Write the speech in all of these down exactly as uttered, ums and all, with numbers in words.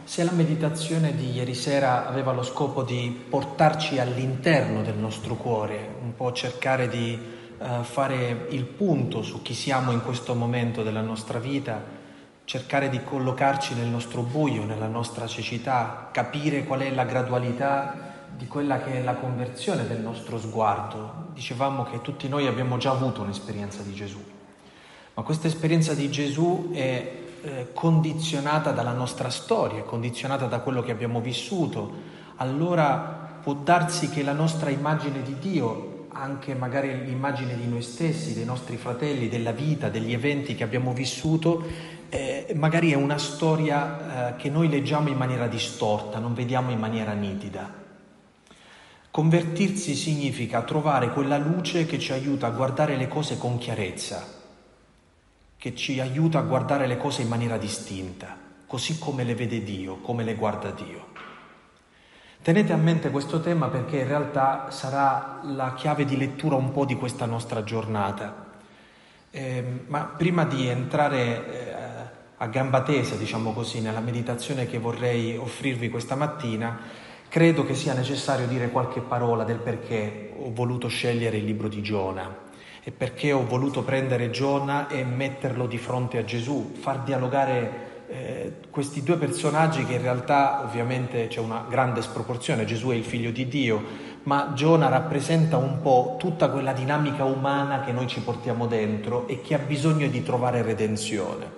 se la meditazione di ieri sera aveva lo scopo di portarci all'interno del nostro cuore, un po' cercare di uh, fare il punto su chi siamo in questo momento della nostra vita, cercare di collocarci nel nostro buio, nella nostra cecità, capire qual è la gradualità di quella che è la conversione del nostro sguardo. Dicevamo che tutti noi abbiamo già avuto un'esperienza di Gesù, ma questa esperienza di Gesù è eh, condizionata dalla nostra storia, condizionata da quello che abbiamo vissuto. Allora può darsi che la nostra immagine di Dio, anche magari l'immagine di noi stessi, dei nostri fratelli, della vita, degli eventi che abbiamo vissuto, eh, magari è una storia eh, che noi leggiamo in maniera distorta, non vediamo in maniera nitida. Convertirsi significa trovare quella luce che ci aiuta a guardare le cose con chiarezza, che ci aiuta a guardare le cose in maniera distinta, così come le vede Dio, come le guarda Dio. Tenete a mente questo tema perché in realtà sarà la chiave di lettura un po' di questa nostra giornata. Eh, ma prima di entrare eh, a gamba tesa, diciamo così, nella meditazione che vorrei offrirvi questa mattina, credo che sia necessario dire qualche parola del perché ho voluto scegliere il libro di Giona e perché ho voluto prendere Giona e metterlo di fronte a Gesù, far dialogare eh, questi due personaggi che in realtà ovviamente c'è una grande sproporzione. Gesù è il figlio di Dio, ma Giona rappresenta un po' tutta quella dinamica umana che noi ci portiamo dentro e che ha bisogno di trovare redenzione.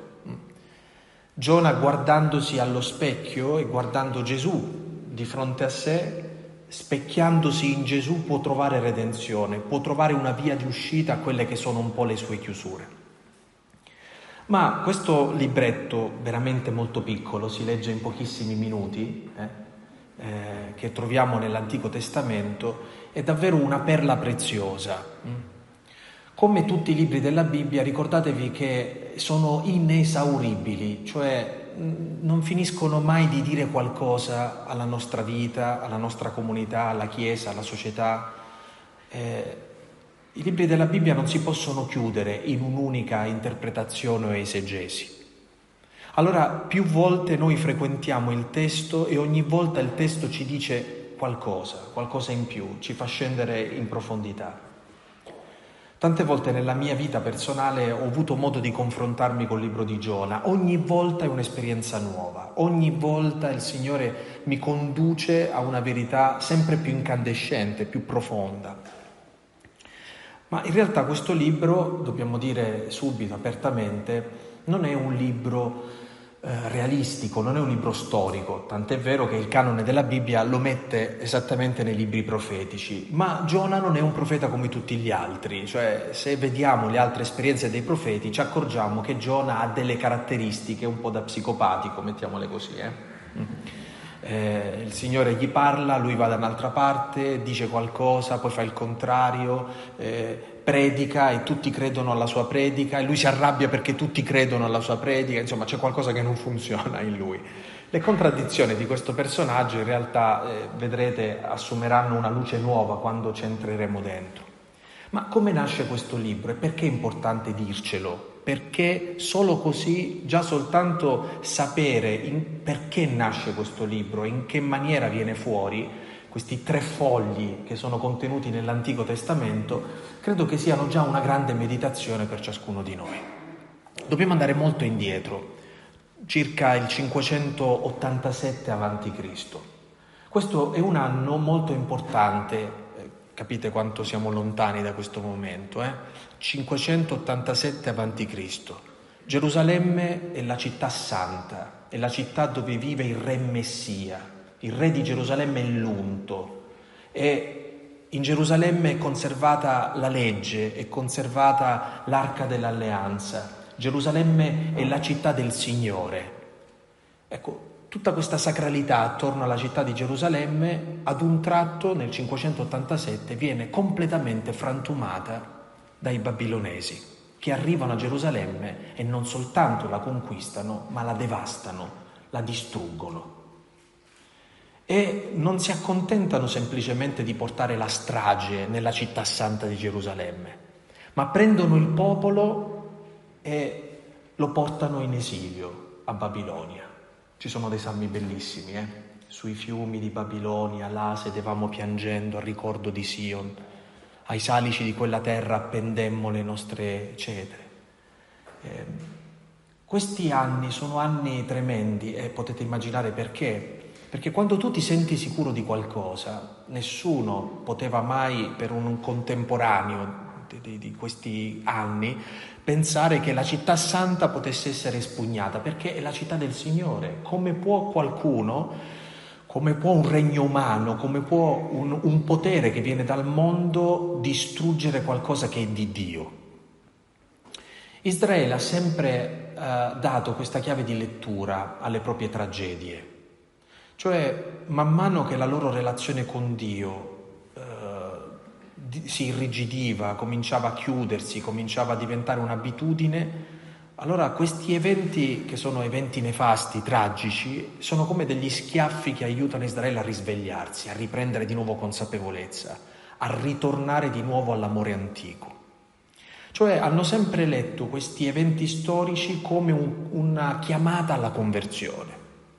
Giona, guardandosi allo specchio e guardando Gesù di fronte a sé, specchiandosi in Gesù, può trovare redenzione, può trovare una via di uscita a quelle che sono un po' le sue chiusure. Ma questo libretto, veramente molto piccolo, si legge in pochissimi minuti, eh, eh, che troviamo nell'Antico Testamento, è davvero una perla preziosa. Come tutti i libri della Bibbia, ricordatevi che sono inesauribili, cioè non finiscono mai di dire qualcosa alla nostra vita, alla nostra comunità, alla Chiesa, alla società. Eh, I libri della Bibbia non si possono chiudere in un'unica interpretazione o esegesi. Allora, più volte noi frequentiamo il testo e ogni volta il testo ci dice qualcosa, qualcosa in più, ci fa scendere in profondità. Tante volte nella mia vita personale ho avuto modo di confrontarmi col libro di Giona. Ogni volta è un'esperienza nuova, ogni volta il Signore mi conduce a una verità sempre più incandescente, più profonda. Ma in realtà questo libro, dobbiamo dire subito, apertamente, non è un libro eh, realistico, non è un libro storico, tant'è vero che il canone della Bibbia lo mette esattamente nei libri profetici, ma Giona non è un profeta come tutti gli altri, cioè se vediamo le altre esperienze dei profeti ci accorgiamo che Giona ha delle caratteristiche un po' da psicopatico, mettiamole così, eh? Eh, il Signore gli parla, lui va da un'altra parte, dice qualcosa, poi fa il contrario, eh, predica e tutti credono alla sua predica e lui si arrabbia perché tutti credono alla sua predica, insomma c'è qualcosa che non funziona in lui. Le contraddizioni di questo personaggio in realtà, eh, vedrete, assumeranno una luce nuova quando ci entreremo dentro. Ma come nasce questo libro e perché è importante dircelo? Perché solo così, già soltanto sapere in perché nasce questo libro, in che maniera viene fuori, questi tre fogli che sono contenuti nell'Antico Testamento, credo che siano già una grande meditazione per ciascuno di noi. Dobbiamo andare molto indietro, circa il cinquecentottantasette avanti Cristo. Questo è un anno molto importante. Capite quanto siamo lontani da questo momento, eh? cinquecentottantasette avanti Cristo. Gerusalemme è la città santa, è la città dove vive il re Messia. Il re di Gerusalemme è l'unto. E in Gerusalemme è conservata la legge, è conservata l'arca dell'alleanza. Gerusalemme è la città del Signore. Ecco, tutta questa sacralità attorno alla città di Gerusalemme, ad un tratto nel cinquecentottantasette viene completamente frantumata dai babilonesi, che arrivano a Gerusalemme e non soltanto la conquistano, ma la devastano, la distruggono. E non si accontentano semplicemente di portare la strage nella città santa di Gerusalemme, ma prendono il popolo e lo portano in esilio a Babilonia. Ci sono dei salmi bellissimi, eh? Sui fiumi di Babilonia, là sedevamo piangendo al ricordo di Sion, ai salici di quella terra appendemmo le nostre cetre. Eh, questi anni sono anni tremendi e potete immaginare perché. Perché quando tu ti senti sicuro di qualcosa, nessuno poteva mai, per un contemporaneo di, di, di questi anni, pensare che la città santa potesse essere espugnata, perché è la città del Signore. Come può qualcuno, come può un regno umano, come può un, un potere che viene dal mondo distruggere qualcosa che è di Dio? Israele ha sempre eh, dato questa chiave di lettura alle proprie tragedie. Cioè, man mano che la loro relazione con Dio eh, di, si irrigidiva, cominciava a chiudersi, cominciava a diventare un'abitudine, allora questi eventi, che sono eventi nefasti, tragici, sono come degli schiaffi che aiutano Israele a risvegliarsi, a riprendere di nuovo consapevolezza, a ritornare di nuovo all'amore antico. Cioè, hanno sempre letto questi eventi storici come un, una chiamata alla conversione.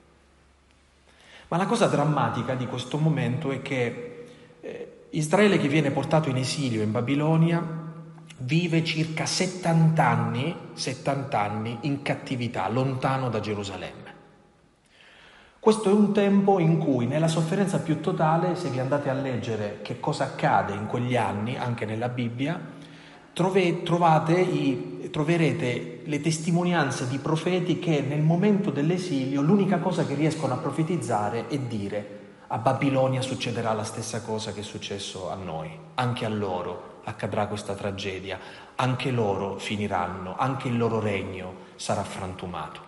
Ma la cosa drammatica di questo momento è che eh, Israele, che viene portato in esilio in Babilonia, vive circa settanta anni, settanta anni in cattività, lontano da Gerusalemme. Questo è un tempo in cui, nella sofferenza più totale, se vi andate a leggere che cosa accade in quegli anni, anche nella Bibbia, trove, trovate i, troverete le testimonianze di profeti che nel momento dell'esilio l'unica cosa che riescono a profetizzare è dire: a Babilonia succederà la stessa cosa che è successo a noi, anche a loro accadrà questa tragedia, anche loro finiranno, anche il loro regno sarà frantumato.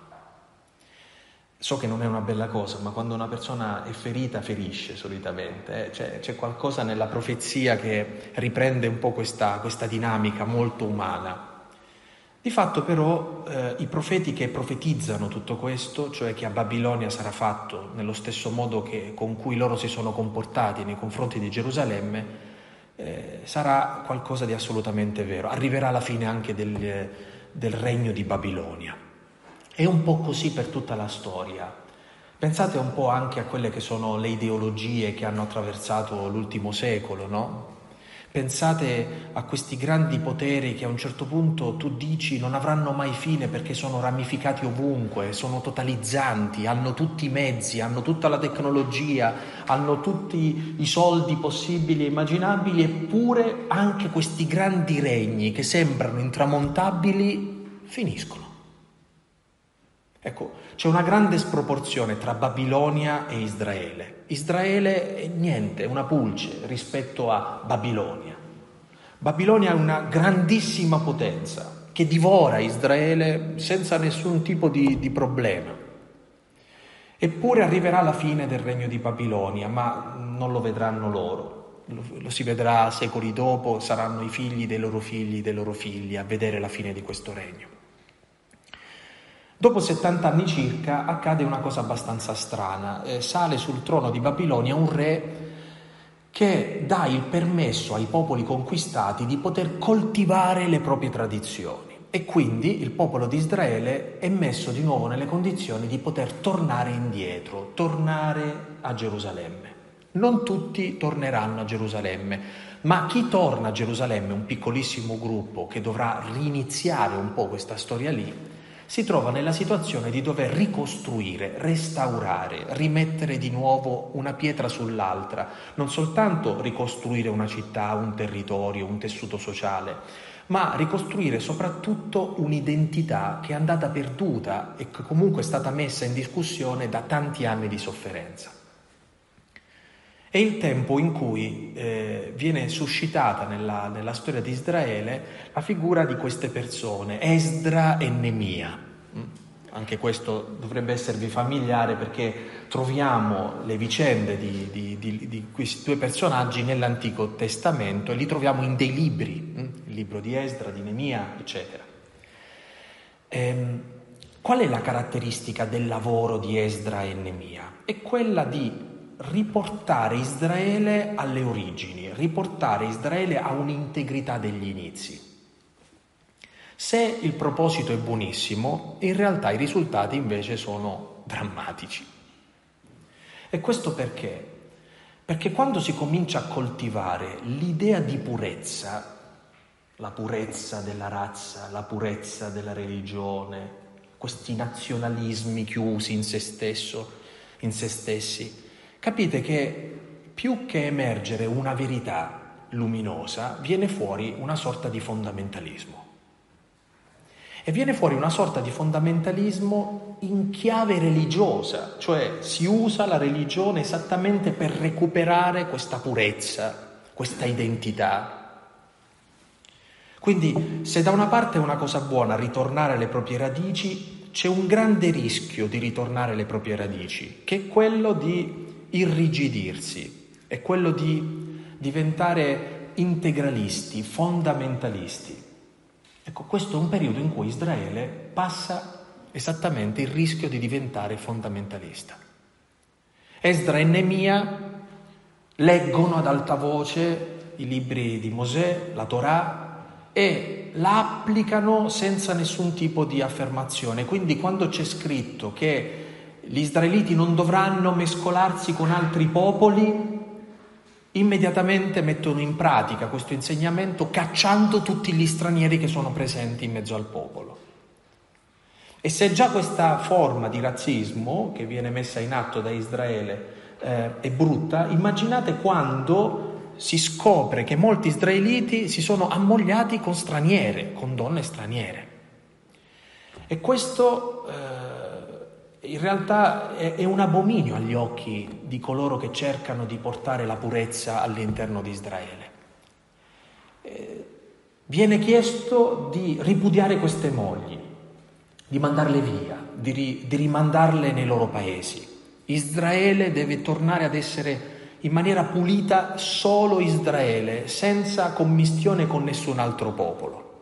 So che non è una bella cosa, ma quando una persona è ferita, ferisce solitamente. Eh? C'è, c'è qualcosa nella profezia che riprende un po' questa, questa dinamica molto umana. Di fatto però eh, i profeti che profetizzano tutto questo, cioè che a Babilonia sarà fatto nello stesso modo che, con cui loro si sono comportati nei confronti di Gerusalemme, eh, sarà qualcosa di assolutamente vero. Arriverà la fine anche del, del regno di Babilonia. È un po' così per tutta la storia. Pensate un po' anche a quelle che sono le ideologie che hanno attraversato l'ultimo secolo, no? Pensate a questi grandi poteri che a un certo punto tu dici non avranno mai fine perché sono ramificati ovunque, sono totalizzanti, hanno tutti i mezzi, hanno tutta la tecnologia, hanno tutti i soldi possibili e immaginabili, eppure anche questi grandi regni che sembrano intramontabili finiscono. Ecco, c'è una grande sproporzione tra Babilonia e Israele. Israele è niente, è una pulce rispetto a Babilonia. Babilonia è una grandissima potenza che divora Israele senza nessun tipo di, di problema. Eppure arriverà la fine del regno di Babilonia, ma non lo vedranno loro. Lo, lo si vedrà secoli dopo, saranno i figli dei loro figli, dei loro figli a vedere la fine di questo regno. Dopo settanta anni circa accade una cosa abbastanza strana. Eh, sale sul trono di Babilonia un re che dà il permesso ai popoli conquistati di poter coltivare le proprie tradizioni e quindi il popolo di Israele è messo di nuovo nelle condizioni di poter tornare indietro, tornare a Gerusalemme. Non tutti torneranno a Gerusalemme, ma chi torna a Gerusalemme, un piccolissimo gruppo che dovrà riniziare un po' questa storia lì, si trova nella situazione di dover ricostruire, restaurare, rimettere di nuovo una pietra sull'altra, non soltanto ricostruire una città, un territorio, un tessuto sociale, ma ricostruire soprattutto un'identità che è andata perduta e che comunque è stata messa in discussione da tanti anni di sofferenza. È il tempo in cui eh, viene suscitata nella, nella storia di Israele la figura di queste persone, Esdra e Nemia. Anche questo dovrebbe esservi familiare perché troviamo le vicende di, di, di, di questi due personaggi nell'Antico Testamento e li troviamo in dei libri, il libro di Esdra, di Nemia, eccetera. Ehm, qual è la caratteristica del lavoro di Esdra e Nemia? È quella di riportare Israele alle origini, riportare Israele a un'integrità degli inizi. Se il proposito è buonissimo, in realtà i risultati invece sono drammatici. E questo perché? Perché quando si comincia a coltivare l'idea di purezza, la purezza della razza, la purezza della religione, questi nazionalismi chiusi in se stesso, in se stessi, capite che più che emergere una verità luminosa, viene fuori una sorta di fondamentalismo. E viene fuori una sorta di fondamentalismo in chiave religiosa, cioè si usa la religione esattamente per recuperare questa purezza, questa identità. Quindi se da una parte è una cosa buona ritornare alle proprie radici, c'è un grande rischio di ritornare alle proprie radici, che è quello di irrigidirsi, è quello di diventare integralisti, fondamentalisti. Ecco, questo è un periodo in cui Israele passa esattamente il rischio di diventare fondamentalista. Esdra e Neemia leggono ad alta voce i libri di Mosè, la Torah, e la applicano senza nessun tipo di affermazione. Quindi quando c'è scritto che gli israeliti non dovranno mescolarsi con altri popoli, immediatamente mettono in pratica questo insegnamento cacciando tutti gli stranieri che sono presenti in mezzo al popolo. E se già questa forma di razzismo che viene messa in atto da Israele eh, è brutta, immaginate quando si scopre che molti israeliti si sono ammogliati con straniere, con donne straniere. E questo eh, in realtà è, è un abominio agli occhi di coloro che cercano di portare la purezza all'interno di Israele. Eh, viene chiesto di ripudiare queste mogli, di mandarle via, di, ri, di rimandarle nei loro paesi. Israele deve tornare ad essere in maniera pulita solo Israele, senza commistione con nessun altro popolo.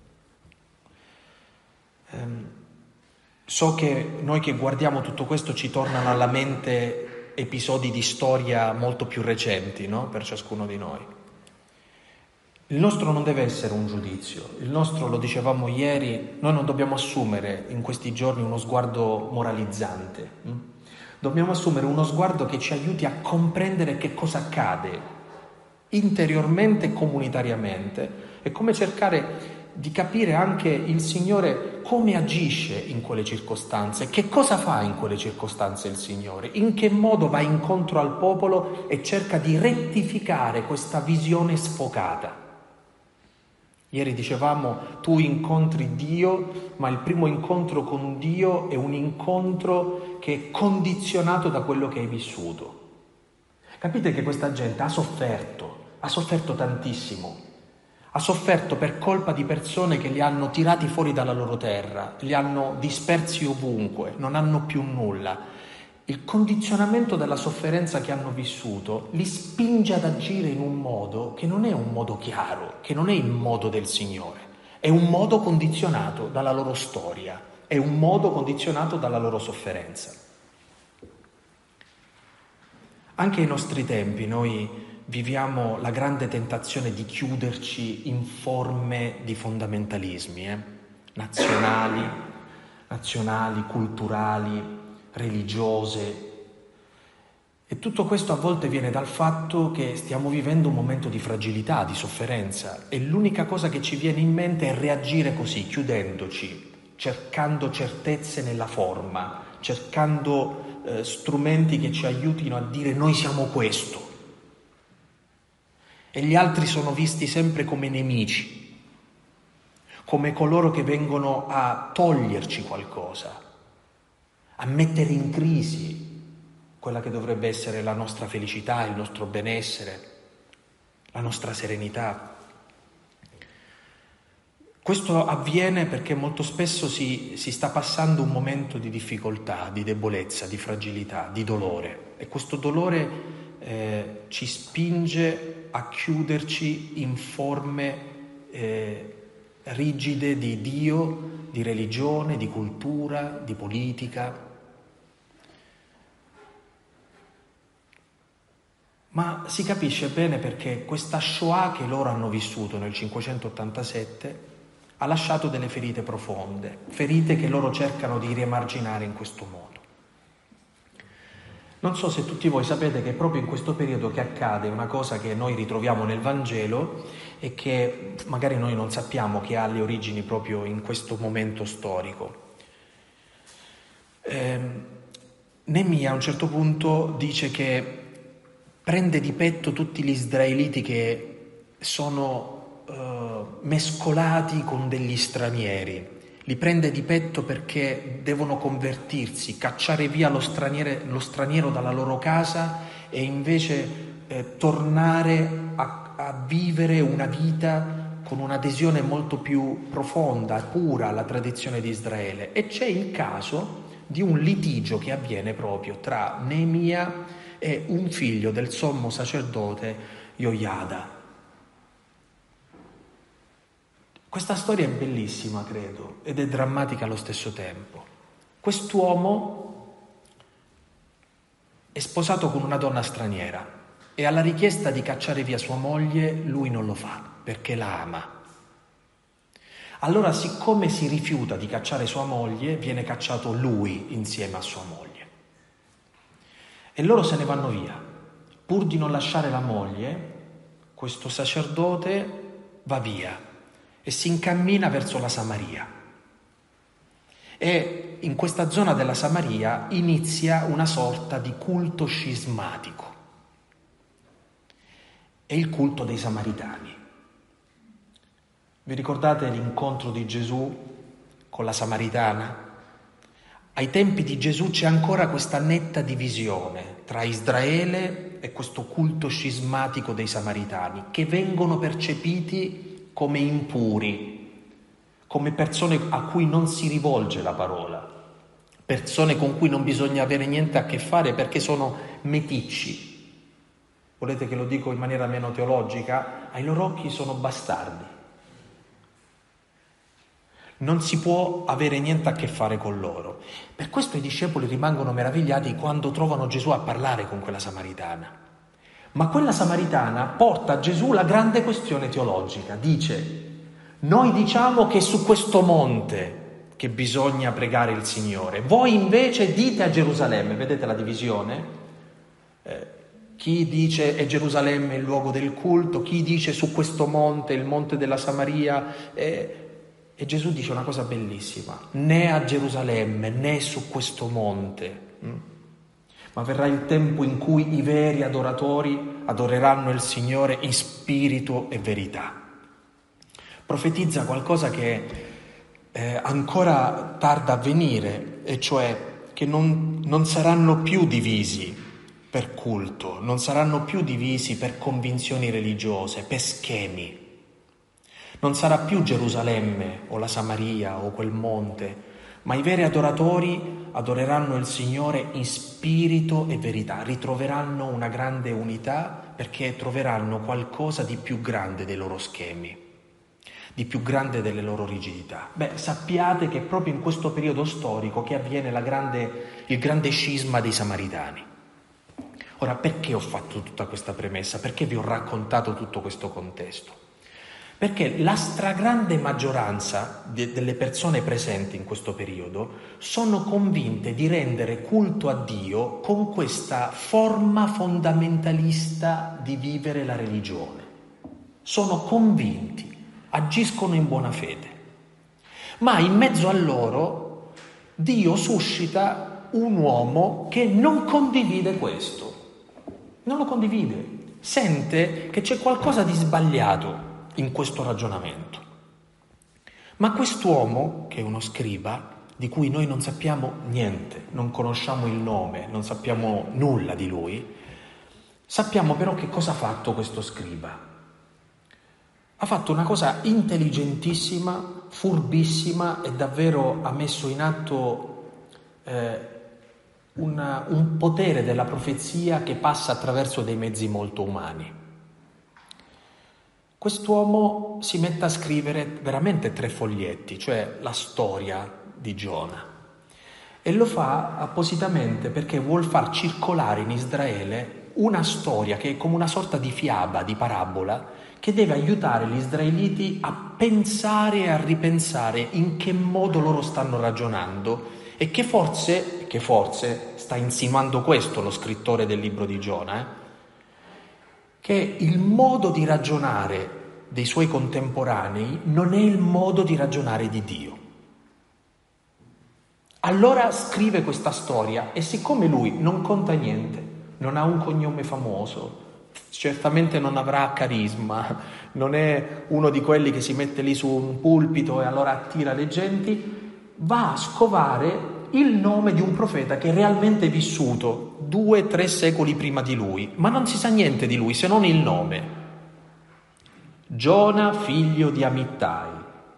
Um, so che noi che guardiamo tutto questo ci tornano alla mente episodi di storia molto più recenti, no? Per ciascuno di noi. Il nostro non deve essere un giudizio, il nostro, lo dicevamo ieri, noi non dobbiamo assumere in questi giorni uno sguardo moralizzante. Hm? Dobbiamo assumere uno sguardo che ci aiuti a comprendere che cosa accade interiormente e comunitariamente e come cercare di capire anche il Signore come agisce in quelle circostanze, che cosa fa in quelle circostanze il Signore, in che modo va incontro al popolo e cerca di rettificare questa visione sfocata. Ieri dicevamo, tu incontri Dio, ma il primo incontro con Dio è un incontro che è condizionato da quello che hai vissuto. Capite che questa gente ha sofferto, ha sofferto tantissimo, ha sofferto per colpa di persone che li hanno tirati fuori dalla loro terra, li hanno dispersi ovunque, non hanno più nulla. Il condizionamento della sofferenza che hanno vissuto li spinge ad agire in un modo che non è un modo chiaro, che non è il modo del Signore, è un modo condizionato dalla loro storia, è un modo condizionato dalla loro sofferenza. Anche ai nostri tempi noi viviamo la grande tentazione di chiuderci in forme di fondamentalismi, eh? nazionali, nazionali, culturali, religiose. E tutto questo a volte viene dal fatto che stiamo vivendo un momento di fragilità, di sofferenza, e l'unica cosa che ci viene in mente è reagire così, chiudendoci, cercando certezze nella forma, cercando eh, strumenti che ci aiutino a dire noi siamo questo. E gli altri sono visti sempre come nemici, come coloro che vengono a toglierci qualcosa, a mettere in crisi quella che dovrebbe essere la nostra felicità, il nostro benessere, la nostra serenità. Questo avviene perché molto spesso si, si sta passando un momento di difficoltà, di debolezza, di fragilità, di dolore. E questo dolore eh, ci spinge a chiuderci in forme eh, rigide di Dio, di religione, di cultura, di politica. Ma si capisce bene perché questa Shoah che loro hanno vissuto nel cinquecentottantasette ha lasciato delle ferite profonde, ferite che loro cercano di riemarginare in questo modo. Non so se tutti voi sapete che è proprio in questo periodo che accade una cosa che noi ritroviamo nel Vangelo e che magari noi non sappiamo che ha le origini proprio in questo momento storico. Eh, Neemia a un certo punto dice che prende di petto tutti gli israeliti che sono eh, mescolati con degli stranieri. Li prende di petto perché devono convertirsi, cacciare via lo, lo straniero dalla loro casa e invece eh, tornare a, a vivere una vita con un'adesione molto più profonda, pura alla tradizione di Israele. E c'è il caso di un litigio che avviene proprio tra Neemia e un figlio del sommo sacerdote Joiada. Questa storia è bellissima, credo, ed è drammatica allo stesso tempo. Quest'uomo è sposato con una donna straniera e alla richiesta di cacciare via sua moglie lui non lo fa perché la ama. Allora, siccome si rifiuta di cacciare sua moglie, viene cacciato lui insieme a sua moglie. E loro se ne vanno via. Pur di non lasciare la moglie, questo sacerdote va via e si incammina verso la Samaria. E in questa zona della Samaria inizia una sorta di culto scismatico. È il culto dei Samaritani. Vi ricordate l'incontro di Gesù con la Samaritana? Ai tempi di Gesù c'è ancora questa netta divisione tra Israele e questo culto scismatico dei Samaritani, che vengono percepiti come impuri, come persone a cui non si rivolge la parola, persone con cui non bisogna avere niente a che fare perché sono meticci. Volete che lo dico in maniera meno teologica? Ai loro occhi sono bastardi. Non si può avere niente a che fare con loro. Per questo i discepoli rimangono meravigliati quando trovano Gesù a parlare con quella samaritana. Ma quella samaritana porta a Gesù la grande questione teologica. Dice: noi diciamo che è su questo monte che bisogna pregare il Signore, voi invece dite a Gerusalemme. Vedete la divisione? Eh, chi dice è Gerusalemme il luogo del culto, chi dice su questo monte, il monte della Samaria. Eh, e Gesù dice una cosa bellissima: né a Gerusalemme né su questo monte. Mm? Ma verrà il tempo in cui i veri adoratori adoreranno il Signore in spirito e verità. Profetizza qualcosa che eh, ancora tarda a venire, e cioè che non, non saranno più divisi per culto, non saranno più divisi per convinzioni religiose, per schemi. Non sarà più Gerusalemme o la Samaria o quel monte, ma i veri adoratori adoreranno il Signore in spirito e verità, ritroveranno una grande unità perché troveranno qualcosa di più grande dei loro schemi, di più grande delle loro rigidità. Beh, sappiate che è proprio in questo periodo storico che avviene la grande, il grande scisma dei Samaritani. Ora, perché ho fatto tutta questa premessa? Perché vi ho raccontato tutto questo contesto? Perché la stragrande maggioranza de- delle persone presenti in questo periodo sono convinte di rendere culto a Dio con questa forma fondamentalista di vivere la religione. Sono convinti, agiscono in buona fede. Ma in mezzo a loro Dio suscita un uomo che non condivide questo. Non lo condivide. Sente che c'è qualcosa di sbagliato in questo ragionamento. Ma quest'uomo, che è uno scriba, di cui noi non sappiamo niente, non conosciamo il nome, non sappiamo nulla di lui, sappiamo però che cosa ha fatto questo scriba. Ha fatto una cosa intelligentissima, furbissima, e davvero ha messo in atto eh, una, un potere della profezia che passa attraverso dei mezzi molto umani. Quest'uomo si mette a scrivere veramente tre foglietti, cioè la storia di Giona, e lo fa appositamente perché vuol far circolare in Israele una storia che è come una sorta di fiaba, di parabola, che deve aiutare gli israeliti a pensare e a ripensare in che modo loro stanno ragionando e che forse che forse sta insinuando questo lo scrittore del libro di Giona, eh? Che il modo di ragionare dei suoi contemporanei non è il modo di ragionare di Dio. Allora scrive questa storia e siccome lui non conta niente, non ha un cognome famoso, certamente non avrà carisma, non è uno di quelli che si mette lì su un pulpito e allora attira le genti, va a scovare il nome di un profeta che è realmente vissuto due, tre secoli prima di lui, ma non si sa niente di lui se non il nome. Giona, figlio di Amittai.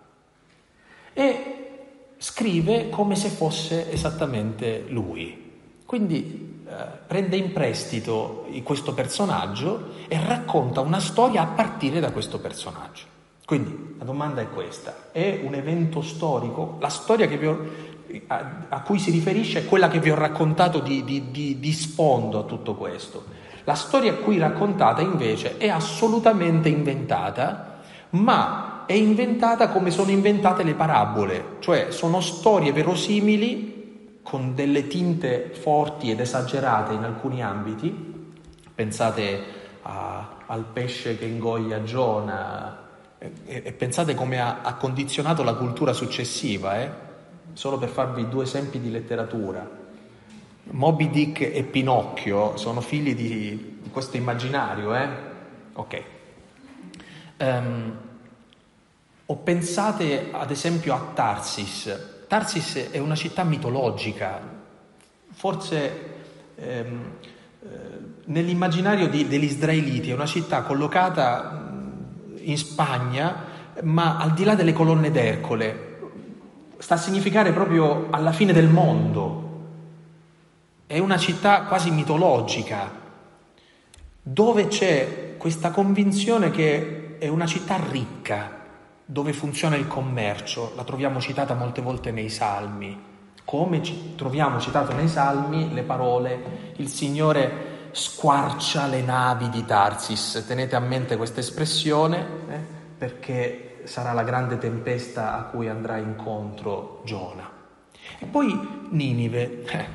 E scrive come se fosse esattamente lui. Quindi eh, prende in prestito questo personaggio e racconta una storia a partire da questo personaggio. Quindi la domanda è questa: è un evento storico? La storia che vi ho, a, a cui si riferisce è quella che vi ho raccontato di, di, di, di sfondo a tutto questo. La storia qui raccontata invece è assolutamente inventata, ma è inventata come sono inventate le parabole, cioè sono storie verosimili con delle tinte forti ed esagerate in alcuni ambiti. Pensate a, al pesce che ingoglia Giona e, e pensate come ha, ha condizionato la cultura successiva, eh? Solo per farvi due esempi di letteratura. Moby Dick e Pinocchio sono figli di questo immaginario, eh? Ok. Um, o pensate ad esempio a Tarsis. Tarsis è una città mitologica, forse ehm, eh, nell'immaginario di, degli israeliti è una città collocata in Spagna, ma al di là delle colonne d'Ercole, sta a significare proprio alla fine del mondo. È una città quasi mitologica, dove c'è questa convinzione che è una città ricca, dove funziona il commercio. La troviamo citata molte volte nei Salmi, come ci troviamo citato nei Salmi le parole «Il Signore squarcia le navi di Tarsis». Tenete a mente questa espressione, eh, perché sarà la grande tempesta a cui andrà incontro Giona. E poi Ninive. Eh.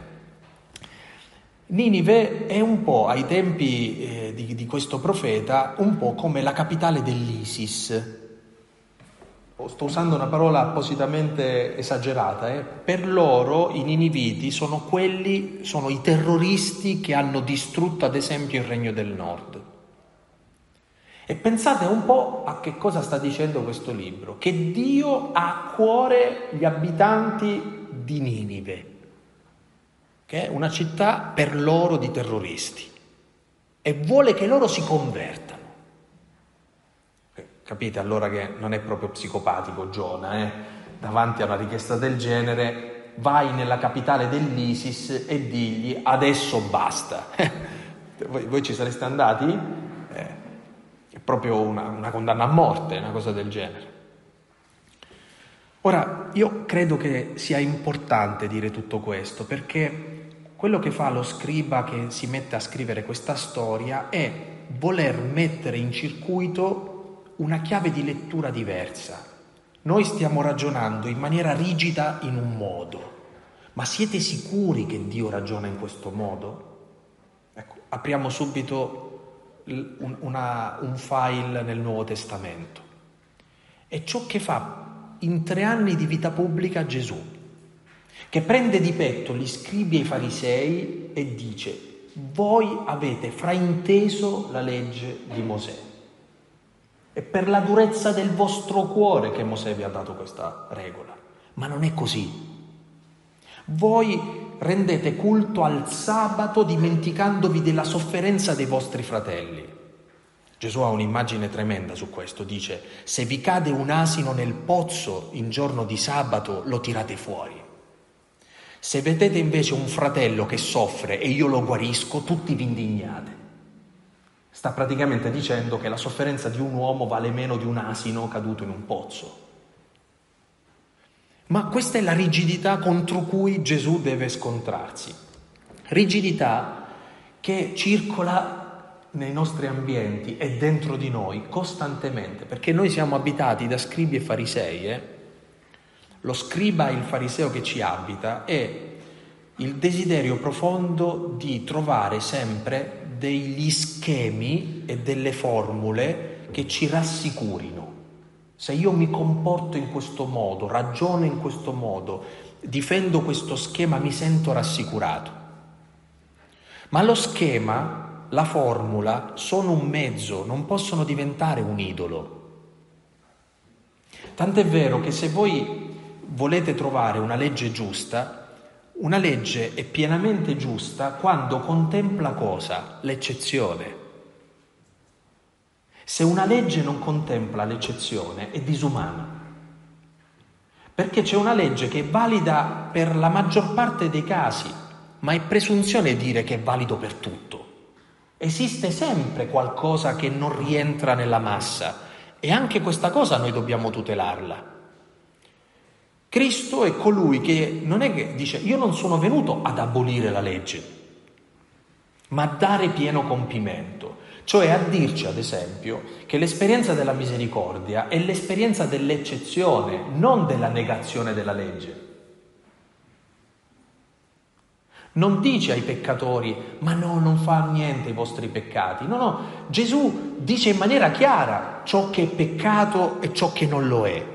Ninive è un po', ai tempi eh, di, di questo profeta, un po' come la capitale dell'ISIS. Sto usando una parola appositamente esagerata, eh? Per loro i niniviti sono quelli, sono i terroristi che hanno distrutto ad esempio il Regno del Nord. E pensate un po' a che cosa sta dicendo questo libro, che Dio ha a cuore gli abitanti di Ninive, che è una città per loro di terroristi, e vuole che loro si convertano. Capite allora che non è proprio psicopatico Giona, eh? Davanti a una richiesta del genere, vai nella capitale dell'ISIS e digli adesso basta. voi, voi ci sareste andati? Eh, è proprio una, una condanna a morte, una cosa del genere. Ora, io credo che sia importante dire tutto questo, perché quello che fa lo scriba che si mette a scrivere questa storia è voler mettere in circuito una chiave di lettura diversa. Noi stiamo ragionando in maniera rigida in un modo, ma siete sicuri che Dio ragiona in questo modo? Ecco, apriamo subito un, una, un file nel Nuovo Testamento. È ciò che fa in tre anni di vita pubblica Gesù, che prende di petto gli scribi e i farisei e dice: voi avete frainteso la legge di Mosè. È per la durezza del vostro cuore che Mosè vi ha dato questa regola. Ma non è così. Voi rendete culto al sabato dimenticandovi della sofferenza dei vostri fratelli. Gesù ha un'immagine tremenda su questo. Dice: se vi cade un asino nel pozzo in giorno di sabato, lo tirate fuori. Se vedete invece un fratello che soffre e io lo guarisco, tutti vi indignate. Sta praticamente dicendo che la sofferenza di un uomo vale meno di un asino caduto in un pozzo. Ma questa è la rigidità contro cui Gesù deve scontrarsi. Rigidità che circola nei nostri ambienti e dentro di noi costantemente, perché noi siamo abitati da scribi e farisei. Eh? Lo scriba e il fariseo che ci abita è il desiderio profondo di trovare sempre degli schemi e delle formule che ci rassicurino. Se io mi comporto in questo modo, ragiono in questo modo, difendo questo schema, mi sento rassicurato. Ma lo schema, la formula, sono un mezzo, non possono diventare un idolo. Tant'è vero che se voi volete trovare una legge giusta, una legge è pienamente giusta quando contempla cosa? L'eccezione. Se una legge non contempla l'eccezione è disumana, perché c'è una legge che è valida per la maggior parte dei casi, ma è presunzione dire che è valido per tutto. Esiste sempre qualcosa che non rientra nella massa e anche questa cosa noi dobbiamo tutelarla. Cristo è colui che non è che dice io non sono venuto ad abolire la legge, ma a dare pieno compimento, cioè a dirci ad esempio che l'esperienza della misericordia è l'esperienza dell'eccezione, non della negazione della legge. Non dice ai peccatori ma no, non fa niente i vostri peccati, no no, Gesù dice in maniera chiara ciò che è peccato e ciò che non lo è.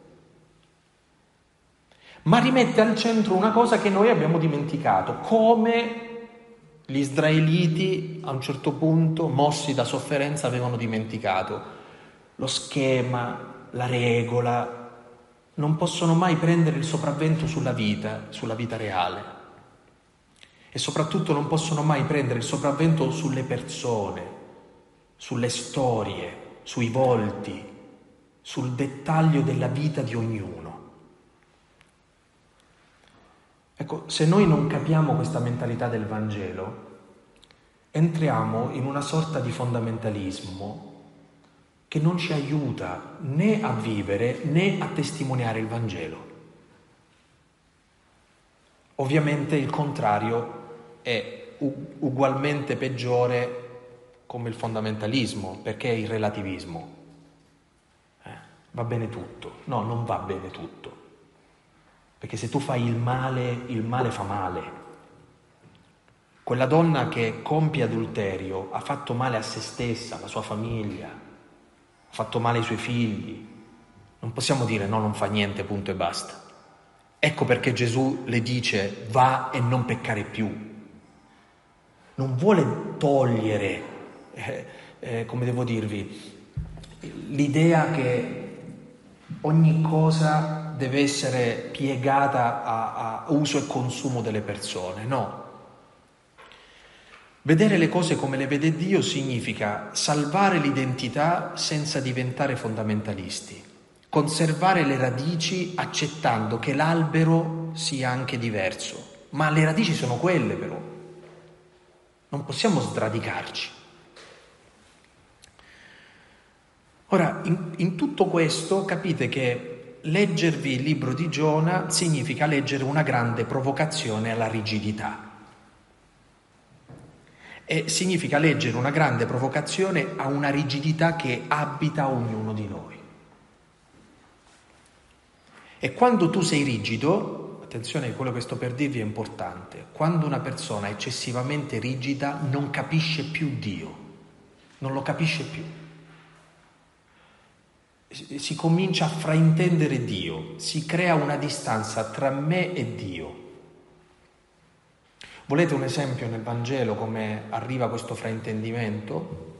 Ma rimette al centro una cosa che noi abbiamo dimenticato, come gli israeliti a un certo punto, mossi da sofferenza, avevano dimenticato lo schema, la regola, non possono mai prendere il sopravvento sulla vita, sulla vita reale e soprattutto non possono mai prendere il sopravvento sulle persone, sulle storie, sui volti, sul dettaglio della vita di ognuno. Ecco, se noi non capiamo questa mentalità del Vangelo, entriamo in una sorta di fondamentalismo che non ci aiuta né a vivere né a testimoniare il Vangelo. Ovviamente il contrario è ugualmente peggiore come il fondamentalismo, perché è il relativismo. Eh, va bene tutto. No, non va bene tutto. Perché se tu fai il male, il male fa male. Quella donna che compie adulterio ha fatto male a se stessa, alla sua famiglia, ha fatto male ai suoi figli. Non possiamo dire no, non fa niente, punto e basta. Ecco perché Gesù le dice va e non peccare più. Non vuole togliere, eh, eh, come devo dirvi, l'idea che ogni cosa deve essere piegata a, a uso e consumo delle persone, no. Vedere le cose come le vede Dio significa salvare l'identità senza diventare fondamentalisti, conservare le radici accettando che l'albero sia anche diverso, ma le radici sono quelle però, non possiamo sradicarci. Ora, in, in tutto questo capite che leggervi il libro di Giona significa leggere una grande provocazione alla rigidità e significa leggere una grande provocazione a una rigidità che abita ognuno di noi. E quando tu sei rigido, attenzione, quello che sto per dirvi è importante, quando una persona è eccessivamente rigida non capisce più Dio, non lo capisce più. Si comincia a fraintendere Dio, si crea una distanza tra me e Dio. Volete un esempio nel Vangelo come arriva questo fraintendimento?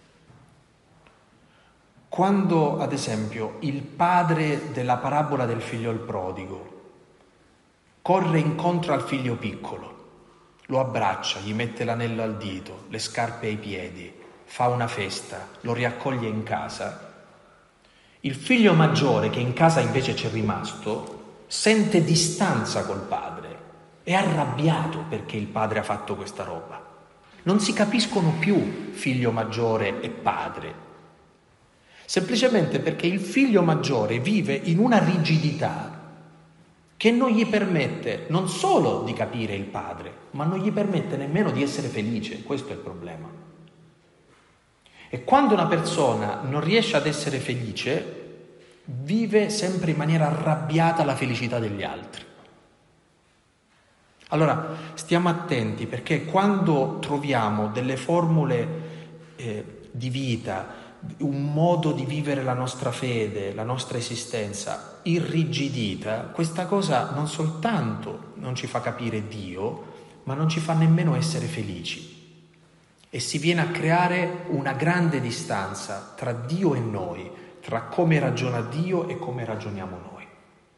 Quando, ad esempio, il padre della parabola del figlio il prodigo corre incontro al figlio piccolo, lo abbraccia, gli mette l'anello al dito, le scarpe ai piedi, fa una festa, lo riaccoglie in casa. Il figlio maggiore, che in casa invece c'è rimasto, sente distanza col padre, è arrabbiato perché il padre ha fatto questa roba. Non si capiscono più figlio maggiore e padre, semplicemente perché il figlio maggiore vive in una rigidità che non gli permette non solo di capire il padre, ma non gli permette nemmeno di essere felice. Questo è il problema. E quando una persona non riesce ad essere felice, vive sempre in maniera arrabbiata la felicità degli altri. Allora, stiamo attenti, perché quando troviamo delle formule eh, di vita, un modo di vivere la nostra fede, la nostra esistenza irrigidita, questa cosa non soltanto non ci fa capire Dio, ma non ci fa nemmeno essere felici. E si viene a creare una grande distanza tra Dio e noi, tra come ragiona Dio e come ragioniamo noi.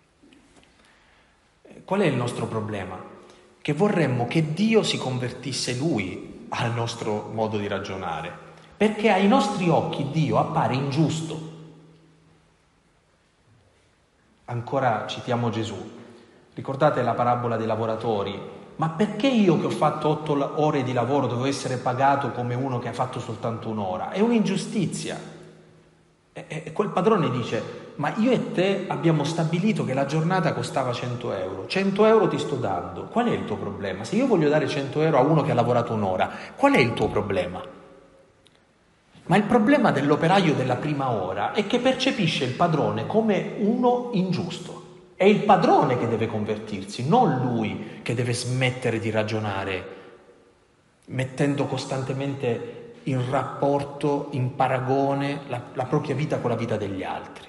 Qual è il nostro problema? Che vorremmo che Dio si convertisse Lui al nostro modo di ragionare, perché ai nostri occhi Dio appare ingiusto. Ancora citiamo Gesù. Ricordate la parabola dei lavoratori? Ma perché io che ho fatto otto ore di lavoro devo essere pagato come uno che ha fatto soltanto un'ora? È un'ingiustizia. E quel padrone dice: ma io e te abbiamo stabilito che la giornata costava cento euro, cento euro ti sto dando, qual è il tuo problema? Se io voglio dare cento euro a uno che ha lavorato un'ora, qual è il tuo problema? Ma il problema dell'operaio della prima ora è che percepisce il padrone come uno ingiusto. È il padrone che deve convertirsi, non lui che deve smettere di ragionare, mettendo costantemente in rapporto, in paragone la, la propria vita con la vita degli altri.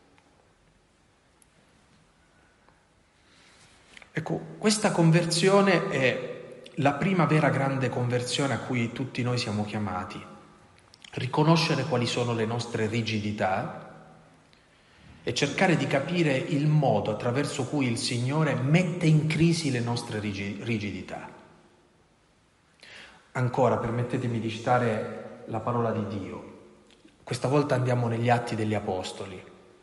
Ecco, questa conversione è la prima vera grande conversione a cui tutti noi siamo chiamati. Riconoscere quali sono le nostre rigidità e cercare di capire il modo attraverso cui il Signore mette in crisi le nostre rigidità. Ancora, permettetemi di citare la parola di Dio. Questa volta andiamo negli Atti degli Apostoli.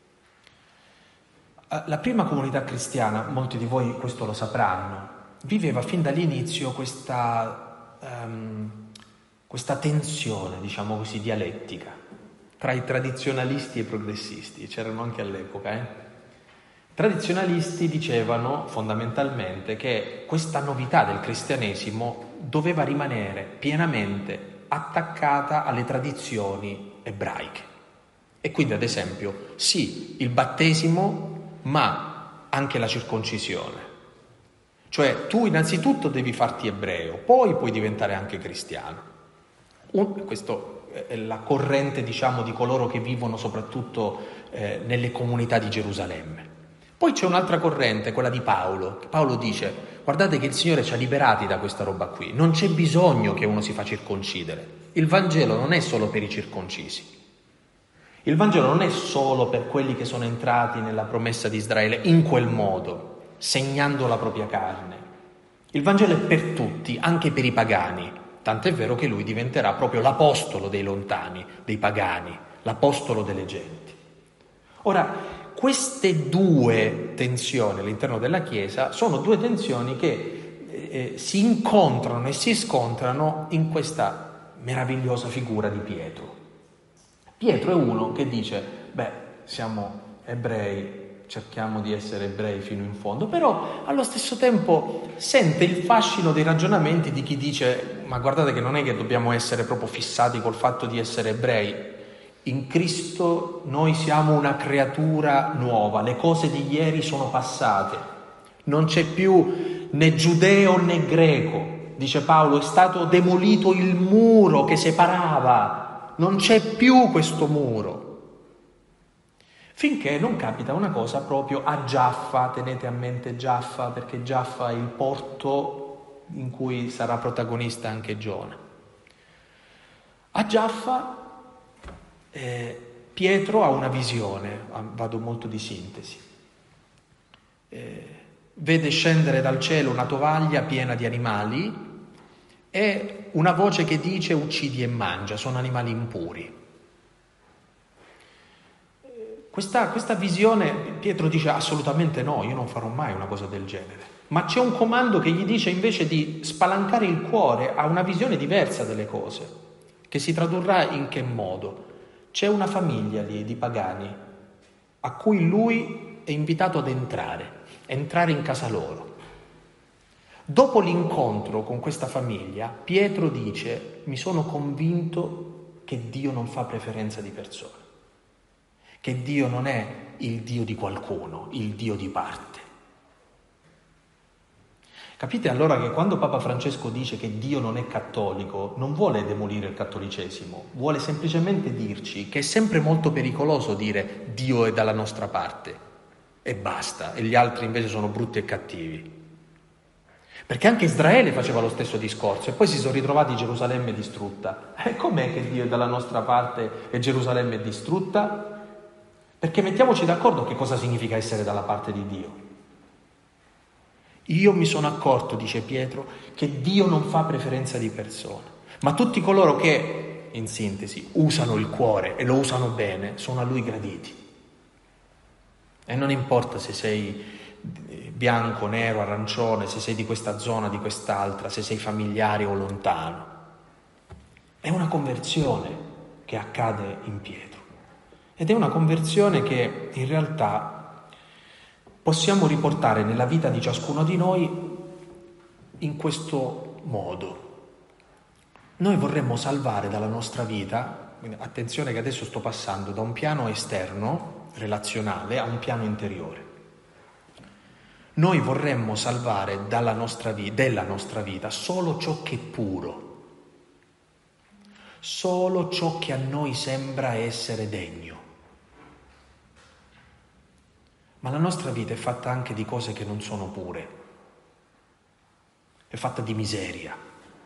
La prima comunità cristiana, molti di voi questo lo sapranno, viveva fin dall'inizio questa, um, questa tensione, diciamo così, dialettica tra i tradizionalisti e i progressisti. C'erano anche all'epoca, eh? I tradizionalisti dicevano fondamentalmente che questa novità del cristianesimo doveva rimanere pienamente attaccata alle tradizioni ebraiche. E quindi, ad esempio, sì, il battesimo, ma anche la circoncisione. Cioè, tu innanzitutto devi farti ebreo, poi puoi diventare anche cristiano. Un, questo è la corrente, diciamo, di coloro che vivono soprattutto eh, nelle comunità di Gerusalemme. Poi c'è un'altra corrente, quella di Paolo. Paolo dice: guardate che il Signore ci ha liberati da questa roba qui, non c'è bisogno che uno si fa circoncidere. Il Vangelo non è solo per i circoncisi. Il Vangelo non è solo per quelli che sono entrati nella promessa di Israele in quel modo, segnando la propria carne. Il Vangelo è per tutti, anche per i pagani, tant'è vero che lui diventerà proprio l'apostolo dei lontani, dei pagani, l'apostolo delle genti. Ora, queste due tensioni all'interno della Chiesa sono due tensioni che eh, si incontrano e si scontrano in questa meravigliosa figura di Pietro. Pietro è uno che dice: beh, siamo ebrei, cerchiamo di essere ebrei fino in fondo, però allo stesso tempo sente il fascino dei ragionamenti di chi dice: ma guardate che non è che dobbiamo essere proprio fissati col fatto di essere ebrei. In Cristo noi siamo una creatura nuova, le cose di ieri sono passate, non c'è più né giudeo né greco, dice Paolo, è stato demolito il muro che separava. Non c'è più questo muro. Finché non capita una cosa proprio a Giaffa, tenete a mente Giaffa, perché Giaffa è il porto in cui sarà protagonista anche Giona. A Giaffa eh, Pietro ha una visione, vado molto di sintesi. Eh, vede scendere dal cielo una tovaglia piena di animali e una voce che dice: uccidi e mangia, sono animali impuri. Questa, questa visione, Pietro dice: assolutamente no, io non farò mai una cosa del genere. Ma c'è un comando che gli dice invece di spalancare il cuore a una visione diversa delle cose, che si tradurrà in che modo? C'è una famiglia lì di pagani a cui lui è invitato ad entrare, entrare in casa loro. Dopo l'incontro con questa famiglia, Pietro dice: mi sono convinto che Dio non fa preferenza di persone, che Dio non è il Dio di qualcuno, il Dio di parte. Capite allora che quando Papa Francesco dice che Dio non è cattolico, non vuole demolire il cattolicesimo, vuole semplicemente dirci che è sempre molto pericoloso dire Dio è dalla nostra parte e basta, e gli altri invece sono brutti e cattivi. Perché anche Israele faceva lo stesso discorso e poi si sono ritrovati Gerusalemme distrutta. E com'è che Dio è dalla nostra parte e Gerusalemme è distrutta? Perché mettiamoci d'accordo che cosa significa essere dalla parte di Dio. Io mi sono accorto, dice Pietro, che Dio non fa preferenza di persone, ma tutti coloro che, in sintesi, usano il cuore e lo usano bene, sono a Lui graditi. E non importa se sei bianco, nero, arancione, se sei di questa zona, di quest'altra, se sei familiare o lontano. È una conversione che accade in Pietro. Ed è una conversione che in realtà possiamo riportare nella vita di ciascuno di noi in questo modo. Noi vorremmo salvare dalla nostra vita, attenzione che adesso sto passando da un piano esterno, relazionale, a un piano interiore. Noi vorremmo salvare dalla nostra vita, della nostra vita solo ciò che è puro, solo ciò che a noi sembra essere degno. Ma la nostra vita è fatta anche di cose che non sono pure, è fatta di miseria,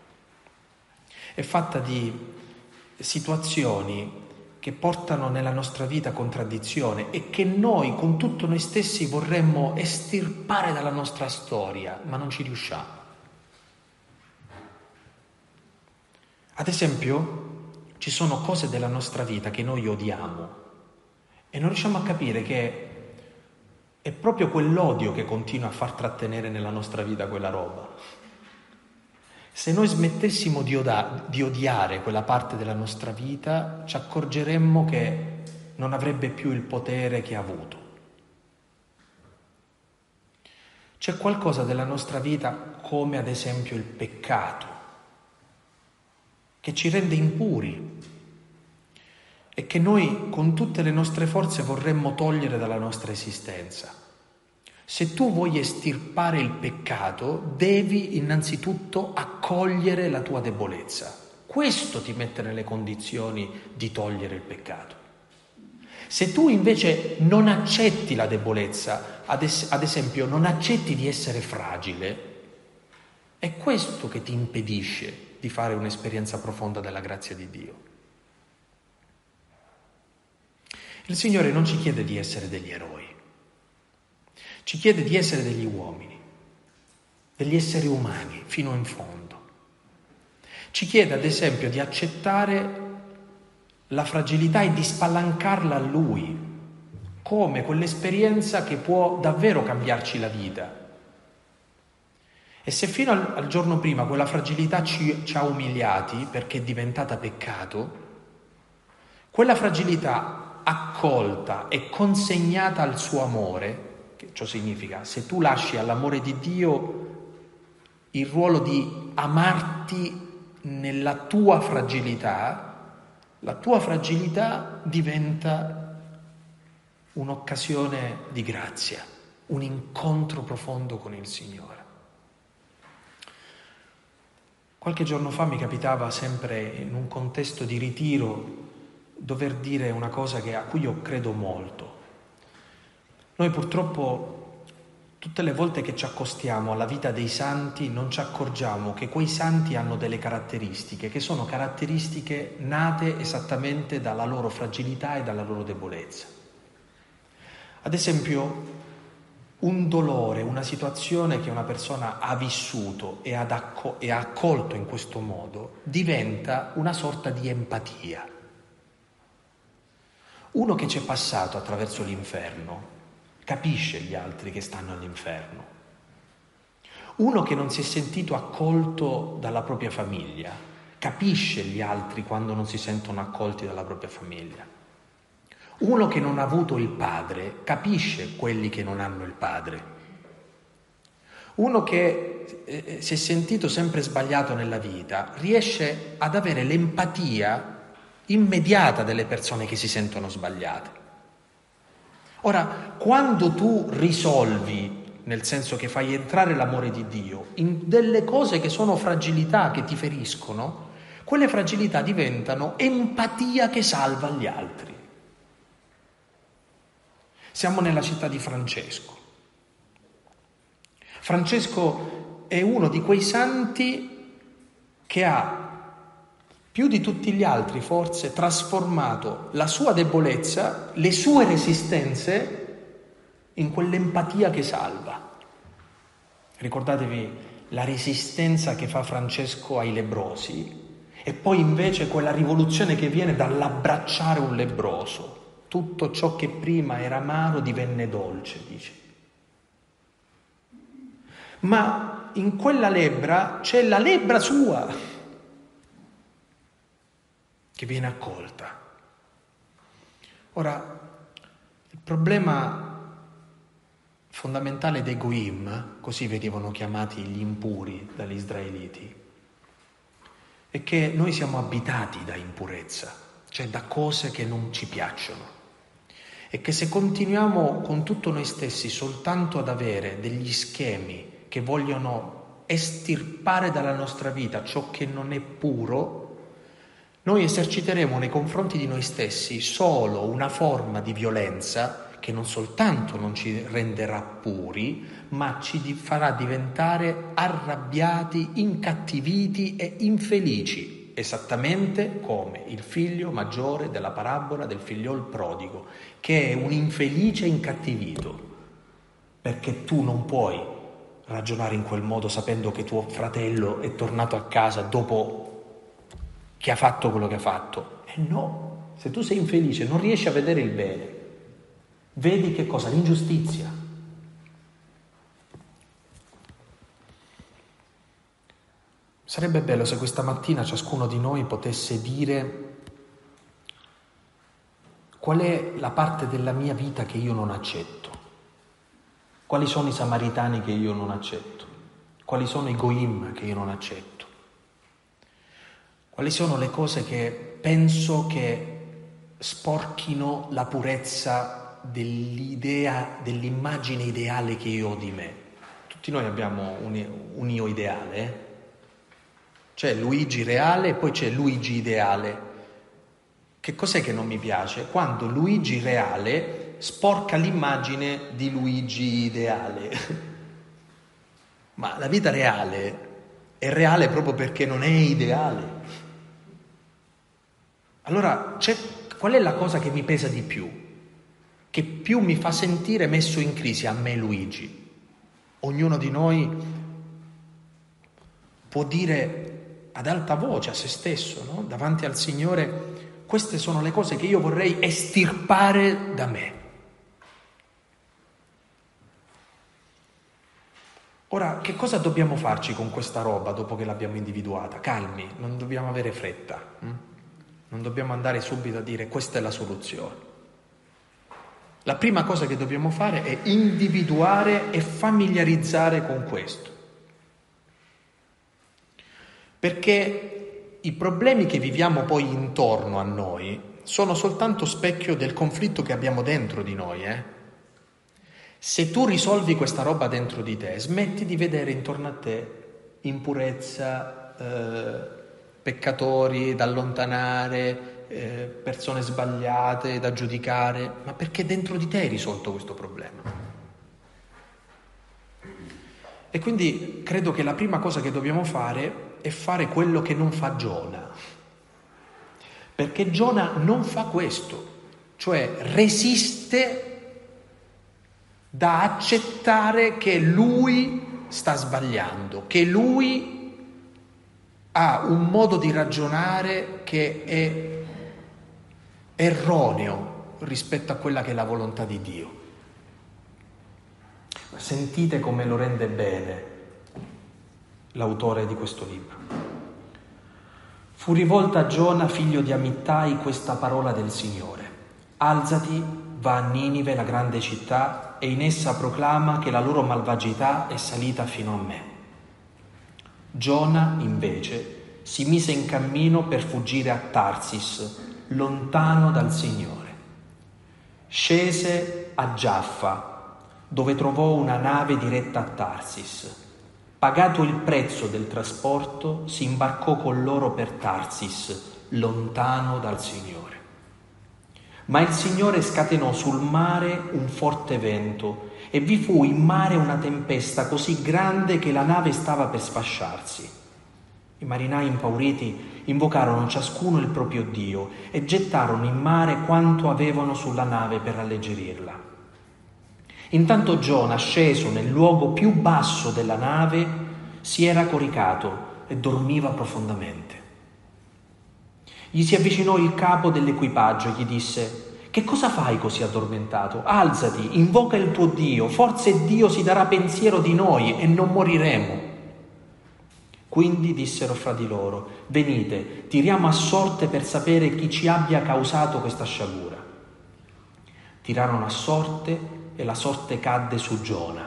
è fatta di situazioni che portano nella nostra vita contraddizione e che noi con tutto noi stessi vorremmo estirpare dalla nostra storia, ma non ci riusciamo. Ad esempio, ci sono cose della nostra vita che noi odiamo e non riusciamo a capire che è proprio quell'odio che continua a far trattenere nella nostra vita quella roba. Se noi smettessimo di, oda- di odiare quella parte della nostra vita, ci accorgeremmo che non avrebbe più il potere che ha avuto. C'è qualcosa della nostra vita, come ad esempio il peccato, che ci rende impuri e che noi con tutte le nostre forze vorremmo togliere dalla nostra esistenza. Se tu vuoi estirpare il peccato, devi innanzitutto accogliere la tua debolezza. Questo ti mette nelle condizioni di togliere il peccato. Se tu invece non accetti la debolezza, ad, es- ad esempio non accetti di essere fragile, è questo che ti impedisce di fare un'esperienza profonda della grazia di Dio. Il Signore non ci chiede di essere degli eroi, ci chiede di essere degli uomini, degli esseri umani fino in fondo. Ci chiede ad esempio di accettare la fragilità e di spalancarla a Lui, come quell'esperienza che può davvero cambiarci la vita. E se fino al, al giorno prima quella fragilità ci, ci ha umiliati perché è diventata peccato, quella fragilità accolta e consegnata al suo amore, che ciò significa, se tu lasci all'amore di Dio il ruolo di amarti nella tua fragilità, la tua fragilità diventa un'occasione di grazia, un incontro profondo con il Signore. Qualche giorno fa mi capitava, sempre in un contesto di ritiro, dover dire una cosa che, a cui io credo molto. Noi purtroppo tutte le volte che ci accostiamo alla vita dei santi non ci accorgiamo che quei santi hanno delle caratteristiche che sono caratteristiche nate esattamente dalla loro fragilità e dalla loro debolezza. Ad esempio, un dolore, una situazione che una persona ha vissuto e ha accolto in questo modo diventa una sorta di empatia. Uno che c'è passato attraverso l'inferno capisce gli altri che stanno all'inferno. Uno che non si è sentito accolto dalla propria famiglia capisce gli altri quando non si sentono accolti dalla propria famiglia. Uno che non ha avuto il padre capisce quelli che non hanno il padre. Uno che eh, si è sentito sempre sbagliato nella vita riesce ad avere l'empatia immediata delle persone che si sentono sbagliate. Ora, quando tu risolvi nel senso che fai entrare l'amore di Dio in delle cose che sono fragilità, che ti feriscono, quelle fragilità diventano empatia che salva gli altri. Siamo nella città di Francesco. Francesco è uno di quei santi che ha, più di tutti gli altri forse, trasformato la sua debolezza, le sue resistenze, in quell'empatia che salva. Ricordatevi la resistenza che fa Francesco ai lebbrosi e poi invece quella rivoluzione che viene dall'abbracciare un lebbroso. Tutto ciò che prima era amaro divenne dolce, dice. Ma in quella lebbra c'è la lebbra sua che viene accolta. Ora, il problema fondamentale dei Goim, così venivano chiamati gli impuri dagli israeliti, è che noi siamo abitati da impurezza, cioè da cose che non ci piacciono, e che se continuiamo con tutto noi stessi soltanto ad avere degli schemi che vogliono estirpare dalla nostra vita ciò che non è puro, noi eserciteremo nei confronti di noi stessi solo una forma di violenza che non soltanto non ci renderà puri, ma ci farà diventare arrabbiati, incattiviti e infelici, esattamente come il figlio maggiore della parabola del figliol prodigo, che è un infelice incattivito, perché tu non puoi ragionare in quel modo sapendo che tuo fratello è tornato a casa dopo che ha fatto quello che ha fatto. E no, se tu sei infelice non riesci a vedere il bene. Vedi che cosa? L'ingiustizia. Sarebbe bello se questa mattina ciascuno di noi potesse dire qual è la parte della mia vita che io non accetto, quali sono i samaritani che io non accetto, quali sono i Goim che io non accetto, quali sono le cose che penso che sporchino la purezza dell'idea, dell'immagine ideale che io ho di me. Tutti noi abbiamo un, un io ideale, eh? C'è Luigi reale e poi c'è Luigi ideale. Che cos'è che non mi piace? Quando Luigi reale sporca l'immagine di Luigi ideale. Ma la vita reale è reale proprio perché non è ideale. Allora, c'è, qual è la cosa che mi pesa di più? Che più mi fa sentire messo in crisi a me Luigi? Ognuno di noi può dire ad alta voce a se stesso, no? Davanti al Signore, queste sono le cose che io vorrei estirpare da me. Ora, che cosa dobbiamo farci con questa roba dopo che l'abbiamo individuata? Calmi, non dobbiamo avere fretta, hm? Non dobbiamo andare subito a dire questa è la soluzione. La prima cosa che dobbiamo fare è individuare e familiarizzare con questo. Perché i problemi che viviamo poi intorno a noi sono soltanto specchio del conflitto che abbiamo dentro di noi, eh? Se tu risolvi questa roba dentro di te, smetti di vedere intorno a te impurezza, eh, peccatori da allontanare, eh, persone sbagliate da giudicare, ma perché dentro di te hai risolto questo problema. E quindi credo che la prima cosa che dobbiamo fare è fare quello che non fa Giona, perché Giona non fa questo, cioè resiste da accettare che lui sta sbagliando, che lui ha un modo di ragionare che è erroneo rispetto a quella che è la volontà di Dio. Sentite come lo rende bene l'autore di questo libro. Fu rivolta a Giona, figlio di Amittai, questa parola del Signore: alzati, va a Ninive, la grande città, e in essa proclama che la loro malvagità è salita fino a me. Giona, invece, si mise in cammino per fuggire a Tarsis, lontano dal Signore. Scese a Giaffa, dove trovò una nave diretta a Tarsis. Pagato il prezzo del trasporto, si imbarcò con loro per Tarsis, lontano dal Signore. Ma il Signore scatenò sul mare un forte vento e vi fu in mare una tempesta così grande che la nave stava per sfasciarsi. I marinai impauriti invocarono ciascuno il proprio Dio e gettarono in mare quanto avevano sulla nave per alleggerirla. Intanto Giona, sceso nel luogo più basso della nave, si era coricato e dormiva profondamente. Gli si avvicinò il capo dell'equipaggio e gli disse: «Che cosa fai così addormentato? Alzati, invoca il tuo Dio, forse Dio si darà pensiero di noi e non moriremo». Quindi dissero fra di loro: «Venite, tiriamo a sorte per sapere chi ci abbia causato questa sciagura». Tirarono a sorte e la sorte cadde su Giona.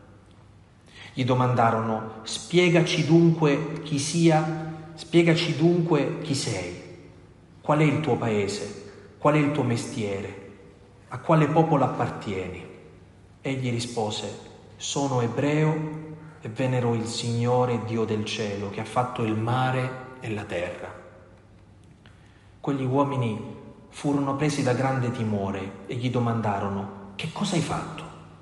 Gli domandarono: «Spiegaci dunque chi sia, spiegaci dunque chi sei. Qual è il tuo paese? Qual è il tuo mestiere? A quale popolo appartieni?» Egli rispose: «Sono ebreo e venero il Signore Dio del cielo, che ha fatto il mare e la terra». Quegli uomini furono presi da grande timore e gli domandarono: «Che cosa hai fatto?»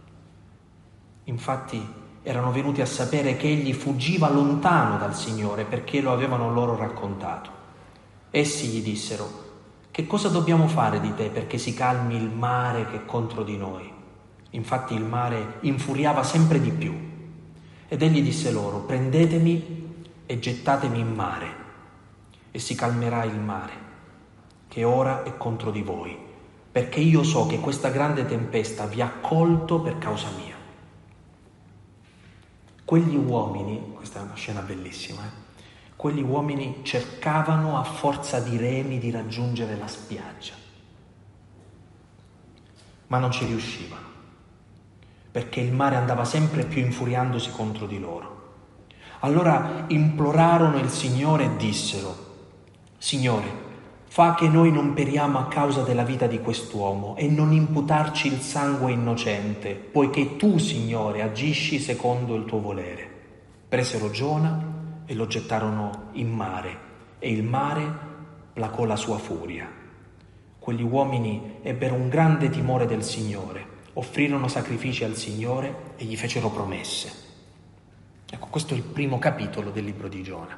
Infatti erano venuti a sapere che egli fuggiva lontano dal Signore perché lo avevano loro raccontato. Essi gli dissero: «Che cosa dobbiamo fare di te perché si calmi il mare che è contro di noi?» Infatti il mare infuriava sempre di più. Ed egli disse loro: «Prendetemi e gettatemi in mare, e si calmerà il mare, che ora è contro di voi, perché io so che questa grande tempesta vi ha colto per causa mia». Quegli uomini, questa è una scena bellissima, eh? Quegli uomini cercavano a forza di remi di raggiungere la spiaggia, ma non ci riuscivano, perché il mare andava sempre più infuriandosi contro di loro. Allora implorarono il Signore e dissero: «Signore, fa che noi non periamo a causa della vita di quest'uomo e non imputarci il sangue innocente, poiché tu, Signore, agisci secondo il tuo volere». Presero Giona e lo gettarono in mare, e il mare placò la sua furia. Quegli uomini ebbero un grande timore del Signore, offrirono sacrifici al Signore e gli fecero promesse. Ecco, questo è il primo capitolo del libro di Giona.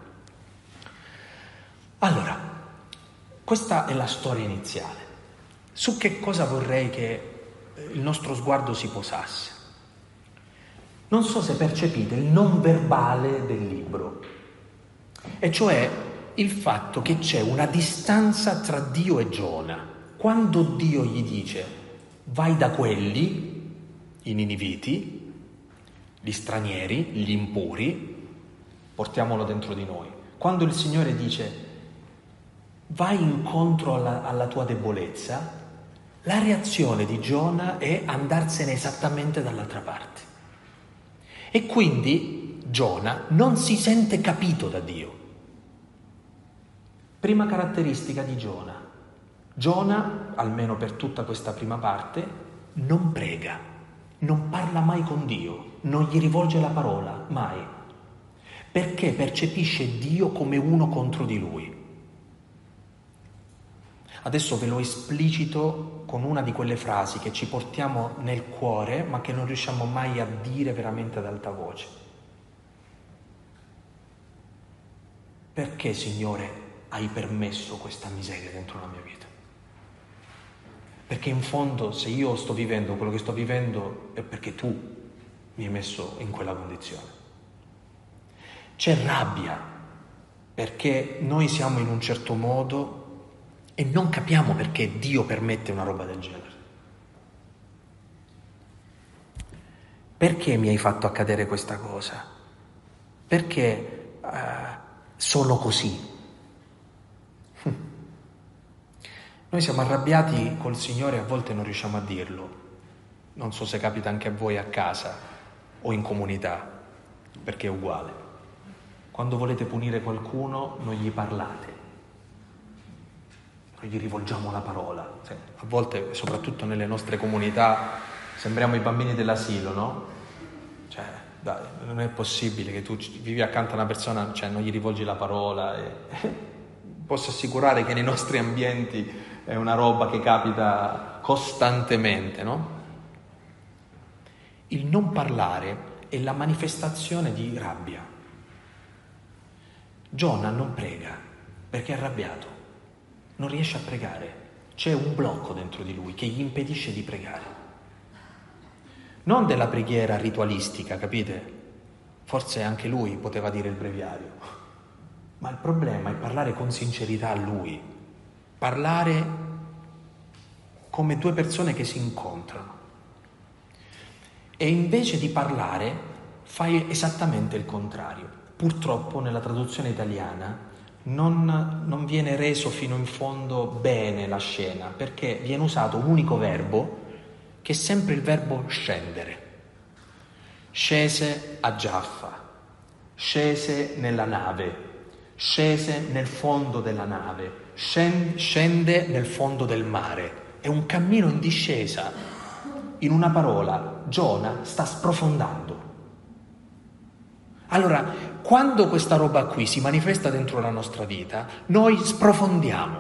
Allora, questa è la storia iniziale. Su che cosa vorrei che il nostro sguardo si posasse? Non so se percepite il non verbale del libro, e cioè il fatto che c'è una distanza tra Dio e Giona. Quando Dio gli dice: «Vai da quelli, i niniviti, gli stranieri, gli impuri, portiamolo dentro di noi». Quando il Signore dice: «Vai incontro alla, alla tua debolezza», la reazione di Giona è andarsene esattamente dall'altra parte. E quindi Giona non si sente capito da Dio. Prima caratteristica di Giona. Giona, almeno per tutta questa prima parte, non prega, non parla mai con Dio, non gli rivolge la parola, mai, perché percepisce Dio come uno contro di lui. Adesso ve lo esplicito con una di quelle frasi che ci portiamo nel cuore, ma che non riusciamo mai a dire veramente ad alta voce. Perché, Signore, hai permesso questa miseria dentro la mia vita? Perché in fondo, se io sto vivendo quello che sto vivendo, è perché tu mi hai messo in quella condizione. C'è rabbia, perché noi siamo in un certo modo e non capiamo perché Dio permette una roba del genere. Perché mi hai fatto accadere questa cosa? Perché uh, sono così? Noi siamo arrabbiati col Signore e a volte non riusciamo a dirlo. Non so se capita anche a voi a casa o in comunità, perché è uguale. Quando volete punire qualcuno non gli parlate, non gli rivolgiamo la parola. A volte, soprattutto nelle nostre comunità, Sembriamo i bambini dell'asilo, no? Cioè, dai, non è possibile che tu vivi accanto a una persona, cioè non gli rivolgi la parola. E... Posso assicurare che nei nostri ambienti è una roba che capita costantemente, no? Il non parlare è la manifestazione di rabbia. Giona non prega perché è arrabbiato, non riesce a pregare, c'è un blocco dentro di lui che gli impedisce di pregare. Non della preghiera ritualistica, capite? Forse anche lui poteva dire il breviario, ma il problema è parlare con sincerità a lui, parlare come due persone che si incontrano. E invece di parlare fai esattamente il contrario. Purtroppo nella traduzione italiana non, non viene reso fino in fondo bene la scena, perché viene usato un unico verbo che è sempre il verbo scendere. Scese a Giaffa, scese nella nave, scese nel fondo della nave, scende nel fondo del mare. È un cammino in discesa. In una parola, Giona sta sprofondando. Allora, quando questa roba qui si manifesta dentro la nostra vita, noi sprofondiamo.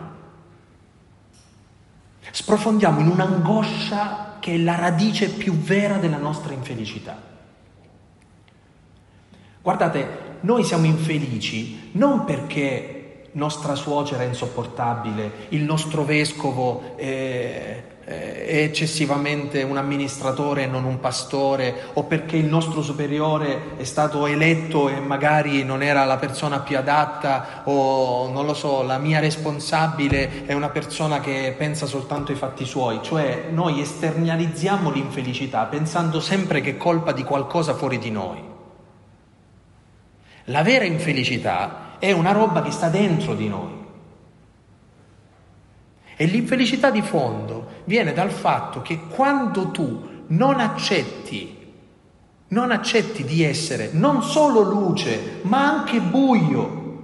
Sprofondiamo in un'angoscia che è la radice più vera della nostra infelicità. Guardate, noi siamo infelici non perché nostra suocera è insopportabile, il nostro vescovo è, è eccessivamente un amministratore e non un pastore, o perché il nostro superiore è stato eletto e magari non era la persona più adatta, o non lo so, la mia responsabile è una persona che pensa soltanto ai fatti suoi. Cioè noi esternalizziamo l'infelicità pensando sempre che è colpa di qualcosa fuori di noi. La vera infelicità è una roba che sta dentro di noi. E l'infelicità di fondo viene dal fatto che quando tu non accetti, non accetti di essere non solo luce, ma anche buio,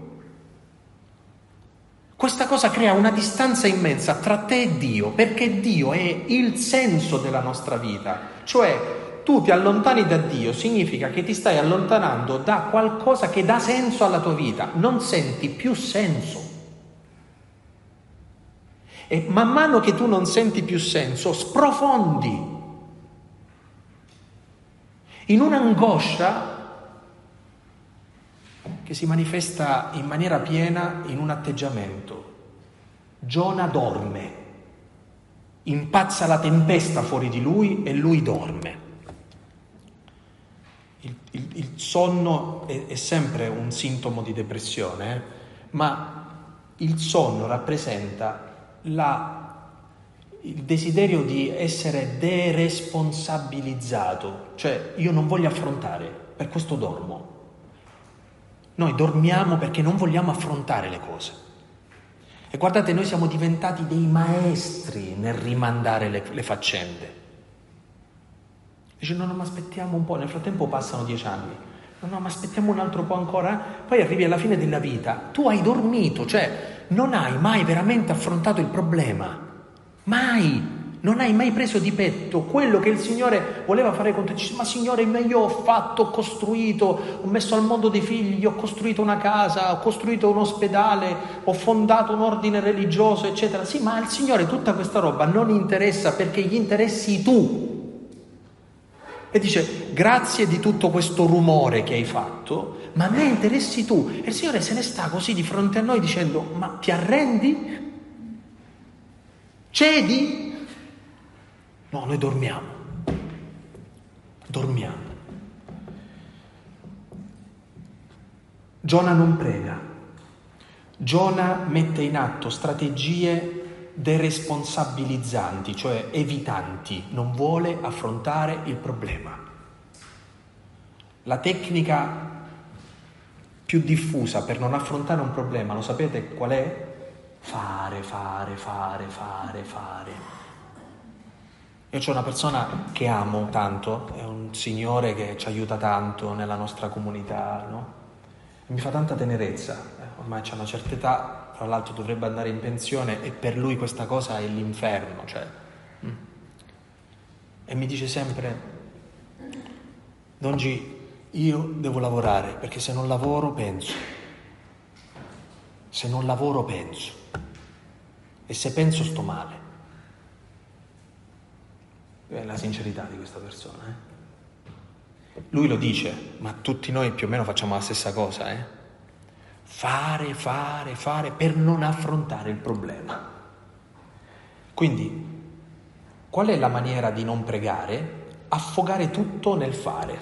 questa cosa crea una distanza immensa tra te e Dio, perché Dio è il senso della nostra vita. Cioè, tu ti allontani da Dio, significa che ti stai allontanando da qualcosa che dà senso alla tua vita, non senti più senso. E man mano che tu non senti più senso, sprofondi in un'angoscia che si manifesta in maniera piena in un atteggiamento. Giona dorme, impazza la tempesta fuori di lui e lui dorme. Il, il, il sonno è, è sempre un sintomo di depressione, eh? Ma il sonno rappresenta la, il desiderio di essere deresponsabilizzato, cioè io non voglio affrontare, per questo dormo. Noi dormiamo perché non vogliamo affrontare le cose. E guardate, noi siamo diventati dei maestri nel rimandare le, le faccende. Dice, no, no, ma aspettiamo un po', nel frattempo passano dieci anni. No, no, ma aspettiamo un altro po' ancora. Poi arrivi alla fine della vita, tu hai dormito, cioè non hai mai veramente affrontato il problema. Mai! Non hai mai preso di petto quello che il Signore voleva fare con te. Dici, ma Signore, io ho fatto, ho costruito, ho messo al mondo dei figli, ho costruito una casa, ho costruito un ospedale, ho fondato un ordine religioso, eccetera. Sì, ma al Signore tutta questa roba non interessa perché gli interessi tu. E dice, grazie di tutto questo rumore che hai fatto, ma a me interessi tu. E il Signore se ne sta così di fronte a noi dicendo, ma ti arrendi? Cedi? No, noi dormiamo. Dormiamo. Giona non prega. Giona mette in atto strategie deresponsabilizzanti, cioè evitanti, non vuole affrontare il problema. La tecnica più diffusa per non affrontare un problema, lo sapete qual è? Fare, fare, fare, fare, fare. Io c'ho una persona che amo tanto, è un signore che ci aiuta tanto nella nostra comunità, no? E mi fa tanta tenerezza, eh, ormai c'ha una certa età, tra l'altro dovrebbe andare in pensione e per lui questa cosa è l'inferno, cioè. e mi dice sempre: Don G, io devo lavorare, perché se non lavoro penso. Se non lavoro penso. E se penso sto male. È la sincerità di questa persona, eh? Lui lo dice, ma tutti noi più o meno facciamo la stessa cosa, eh? Fare, fare, fare per non affrontare il problema. Quindi, qual è la maniera di non pregare? Affogare tutto nel fare.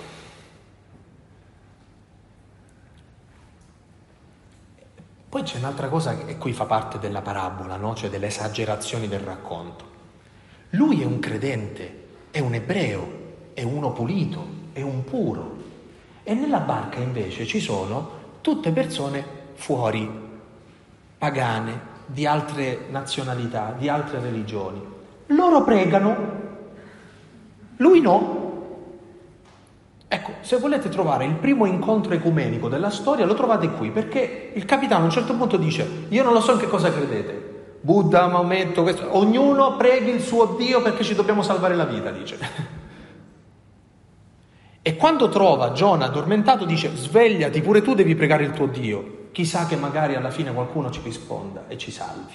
Poi c'è un'altra cosa che qui fa parte della parabola, no? Cioè delle esagerazioni del racconto. Lui è un credente, è un ebreo, è uno pulito, è un puro. E nella barca invece ci sono tutte persone fuori, pagane, di altre nazionalità, di altre religioni. Loro pregano, lui no. Ecco, se volete trovare il primo incontro ecumenico della storia, lo trovate qui, perché il capitano a un certo punto dice: io non lo so in che cosa credete, Buddha, Maometto, questo, ognuno preghi il suo Dio perché ci dobbiamo salvare la vita, dice. E quando trova Giona addormentato dice: svegliati, pure tu devi pregare il tuo Dio, chissà che magari alla fine qualcuno ci risponda e ci salvi.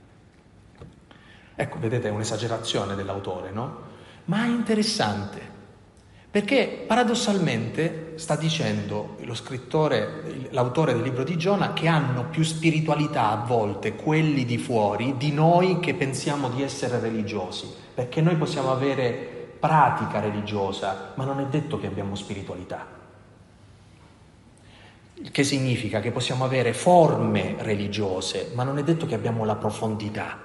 Ecco, vedete, è un'esagerazione dell'autore, no? Ma è interessante, perché paradossalmente sta dicendo lo scrittore, l'autore del libro di Giona, che hanno più spiritualità a volte quelli di fuori di noi che pensiamo di essere religiosi, perché noi possiamo avere pratica religiosa, ma non è detto che abbiamo spiritualità. Il che significa che possiamo avere forme religiose, ma non è detto che abbiamo la profondità.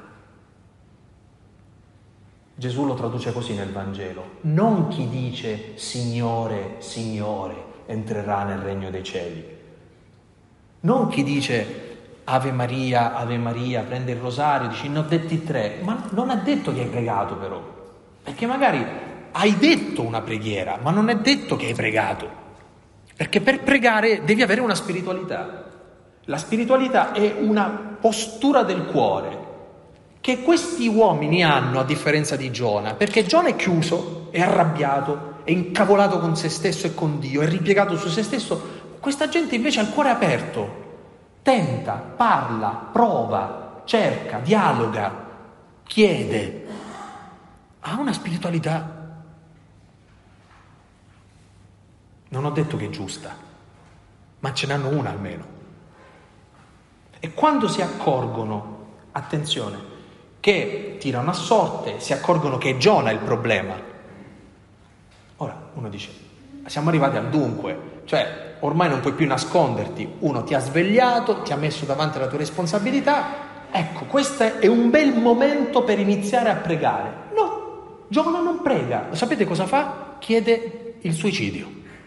Gesù lo traduce così nel Vangelo: non chi dice Signore, Signore entrerà nel regno dei cieli, non chi dice Ave Maria, Ave Maria, prende il rosario, dici ne ho detti tre, ma non ha detto che hai pregato, però, perché magari hai detto una preghiera, ma non è detto che hai pregato, perché per pregare devi avere una spiritualità. La spiritualità è una postura del cuore che questi uomini hanno, a differenza di Giona, perché Giona è chiuso, è arrabbiato, è incavolato con se stesso e con Dio, è ripiegato su se stesso. Questa gente invece ha il cuore aperto, tenta, parla, prova, cerca, dialoga, chiede, ha una spiritualità. Non ho detto che è giusta, ma ce n'hanno una almeno. E quando si accorgono, attenzione, che tirano a sorte, si accorgono che è Giona il problema. Ora, uno dice, siamo arrivati al dunque, cioè ormai non puoi più nasconderti, uno ti ha svegliato, ti ha messo davanti alla tua responsabilità, ecco, questo è un bel momento per iniziare a pregare. No, Giona non prega, sapete cosa fa? Chiede il suicidio.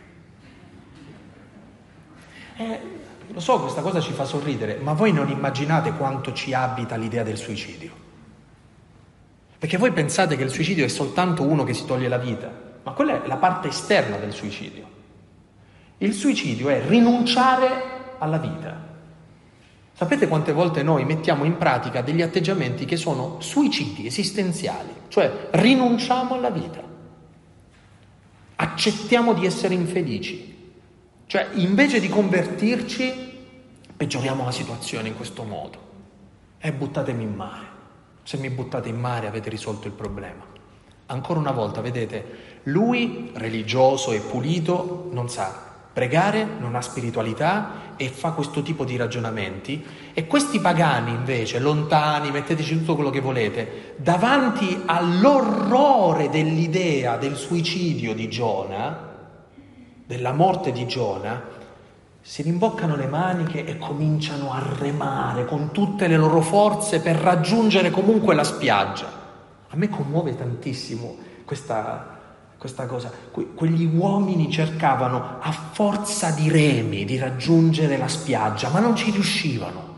Eh, lo so, questa cosa ci fa sorridere, ma voi non immaginate quanto ci abita l'idea del suicidio. Perché voi pensate che il suicidio è soltanto uno che si toglie la vita, ma quella è la parte esterna del suicidio. Il suicidio è rinunciare alla vita. Sapete quante volte noi mettiamo in pratica degli atteggiamenti che sono suicidi esistenziali, cioè rinunciamo alla vita, accettiamo di essere infelici, cioè invece di convertirci peggioriamo la situazione in questo modo. E buttatemi in mare. Se mi buttate in mare avete risolto il problema. Ancora una volta, vedete, lui, religioso e pulito, non sa pregare, non ha spiritualità e fa questo tipo di ragionamenti. E questi pagani invece, lontani, metteteci tutto quello che volete, davanti all'orrore dell'idea del suicidio di Giona, della morte di Giona, si rimboccano le maniche e cominciano a remare con tutte le loro forze per raggiungere comunque la spiaggia. A me commuove tantissimo questa, questa cosa. Que- quegli uomini cercavano a forza di remi di raggiungere la spiaggia, ma non ci riuscivano.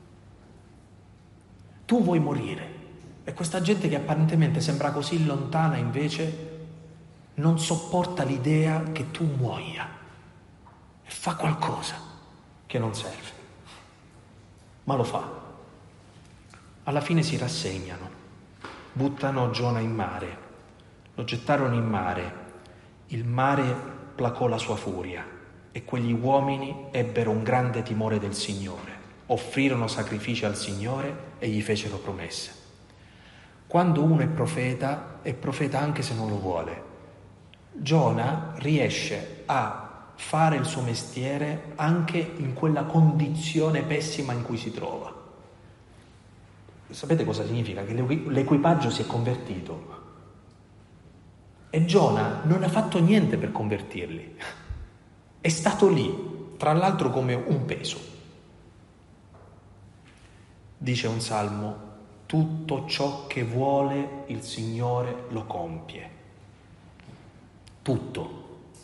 Tu vuoi morire. E questa gente che apparentemente sembra così lontana invece non sopporta l'idea che tu muoia. E fa qualcosa che non serve, ma lo fa. Alla fine si rassegnano, buttano Giona in mare, Lo gettarono in mare, il mare placò la sua furia e quegli uomini ebbero un grande timore del Signore, offrirono sacrifici al Signore e gli fecero promesse. Quando uno è profeta, è profeta anche se non lo vuole. Giona riesce a fare il suo mestiere anche in quella condizione pessima in cui si trova. Sapete cosa significa? Che l'equipaggio si è convertito e Giona non ha fatto niente per convertirli. È stato lì, tra l'altro come un peso. Dice un salmo: tutto ciò che vuole il Signore lo compie. Tutto.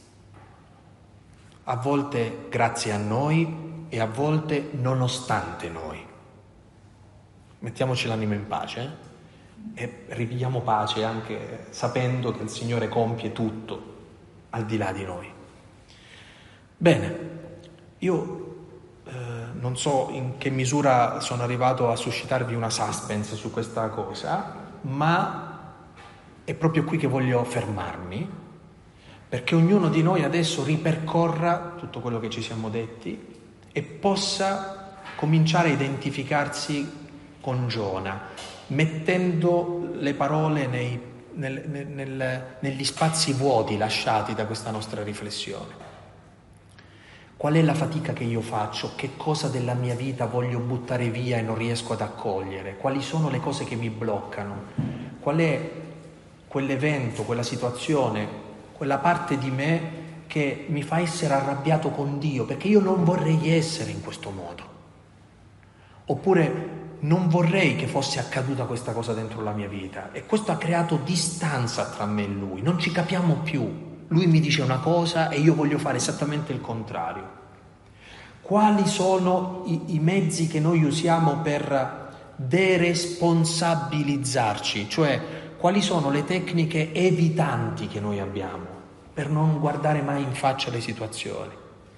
A volte grazie a noi e a volte nonostante noi. Mettiamoci l'anima in pace eh? e riviviamo pace anche sapendo che il Signore compie tutto al di là di noi. Bene, io eh, non so in che misura sono arrivato a suscitarvi una suspense su questa cosa, ma è proprio qui che voglio fermarmi, perché ognuno di noi adesso ripercorra tutto quello che ci siamo detti e possa cominciare a identificarsi con Giona, mettendo le parole nei, nel, nel, negli spazi vuoti lasciati da questa nostra riflessione. Qual è la fatica che io faccio? Che cosa della mia vita voglio buttare via e non riesco ad accogliere? Quali sono le cose che mi bloccano? Qual è quell'evento, quella situazione, quella parte di me che mi fa essere arrabbiato con Dio perché io non vorrei essere in questo modo? Oppure non vorrei che fosse accaduta questa cosa dentro la mia vita e questo ha creato distanza tra me e Lui, non ci capiamo più. Lui mi dice una cosa e io voglio fare esattamente il contrario. Quali sono i, i mezzi che noi usiamo per deresponsabilizzarci? Cioè, quali sono le tecniche evitanti che noi abbiamo per non guardare mai in faccia le situazioni?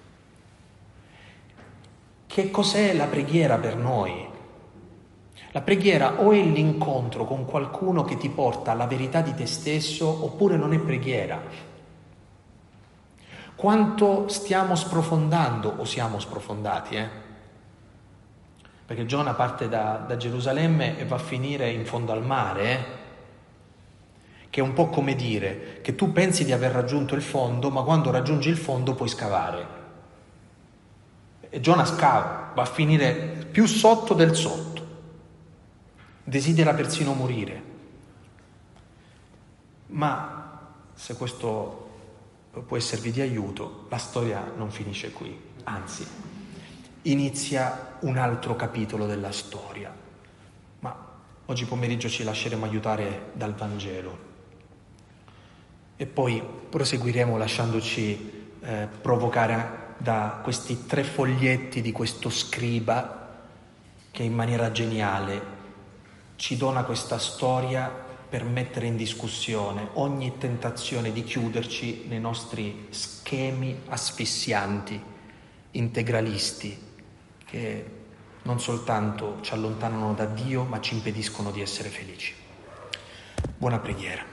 Che cos'è la preghiera per noi? La preghiera o è l'incontro con qualcuno che ti porta alla verità di te stesso, oppure non è preghiera. Quanto stiamo sprofondando o siamo sprofondati, eh? Perché Giona parte da, da Gerusalemme e va a finire in fondo al mare, eh? Che è un po' come dire che tu pensi di aver raggiunto il fondo, ma quando raggiungi il fondo puoi scavare. E Giona scava, va a finire più sotto del sotto. Desidera persino morire. Ma se questo può esservi di aiuto, la storia non finisce qui, anzi, inizia un altro capitolo della storia. Ma oggi pomeriggio ci lasceremo aiutare dal Vangelo e poi proseguiremo lasciandoci eh, provocare da questi tre foglietti di questo scriba che in maniera geniale ci dona questa storia per mettere in discussione ogni tentazione di chiuderci nei nostri schemi asfissianti, integralisti, che non soltanto ci allontanano da Dio, ma ci impediscono di essere felici. Buona preghiera.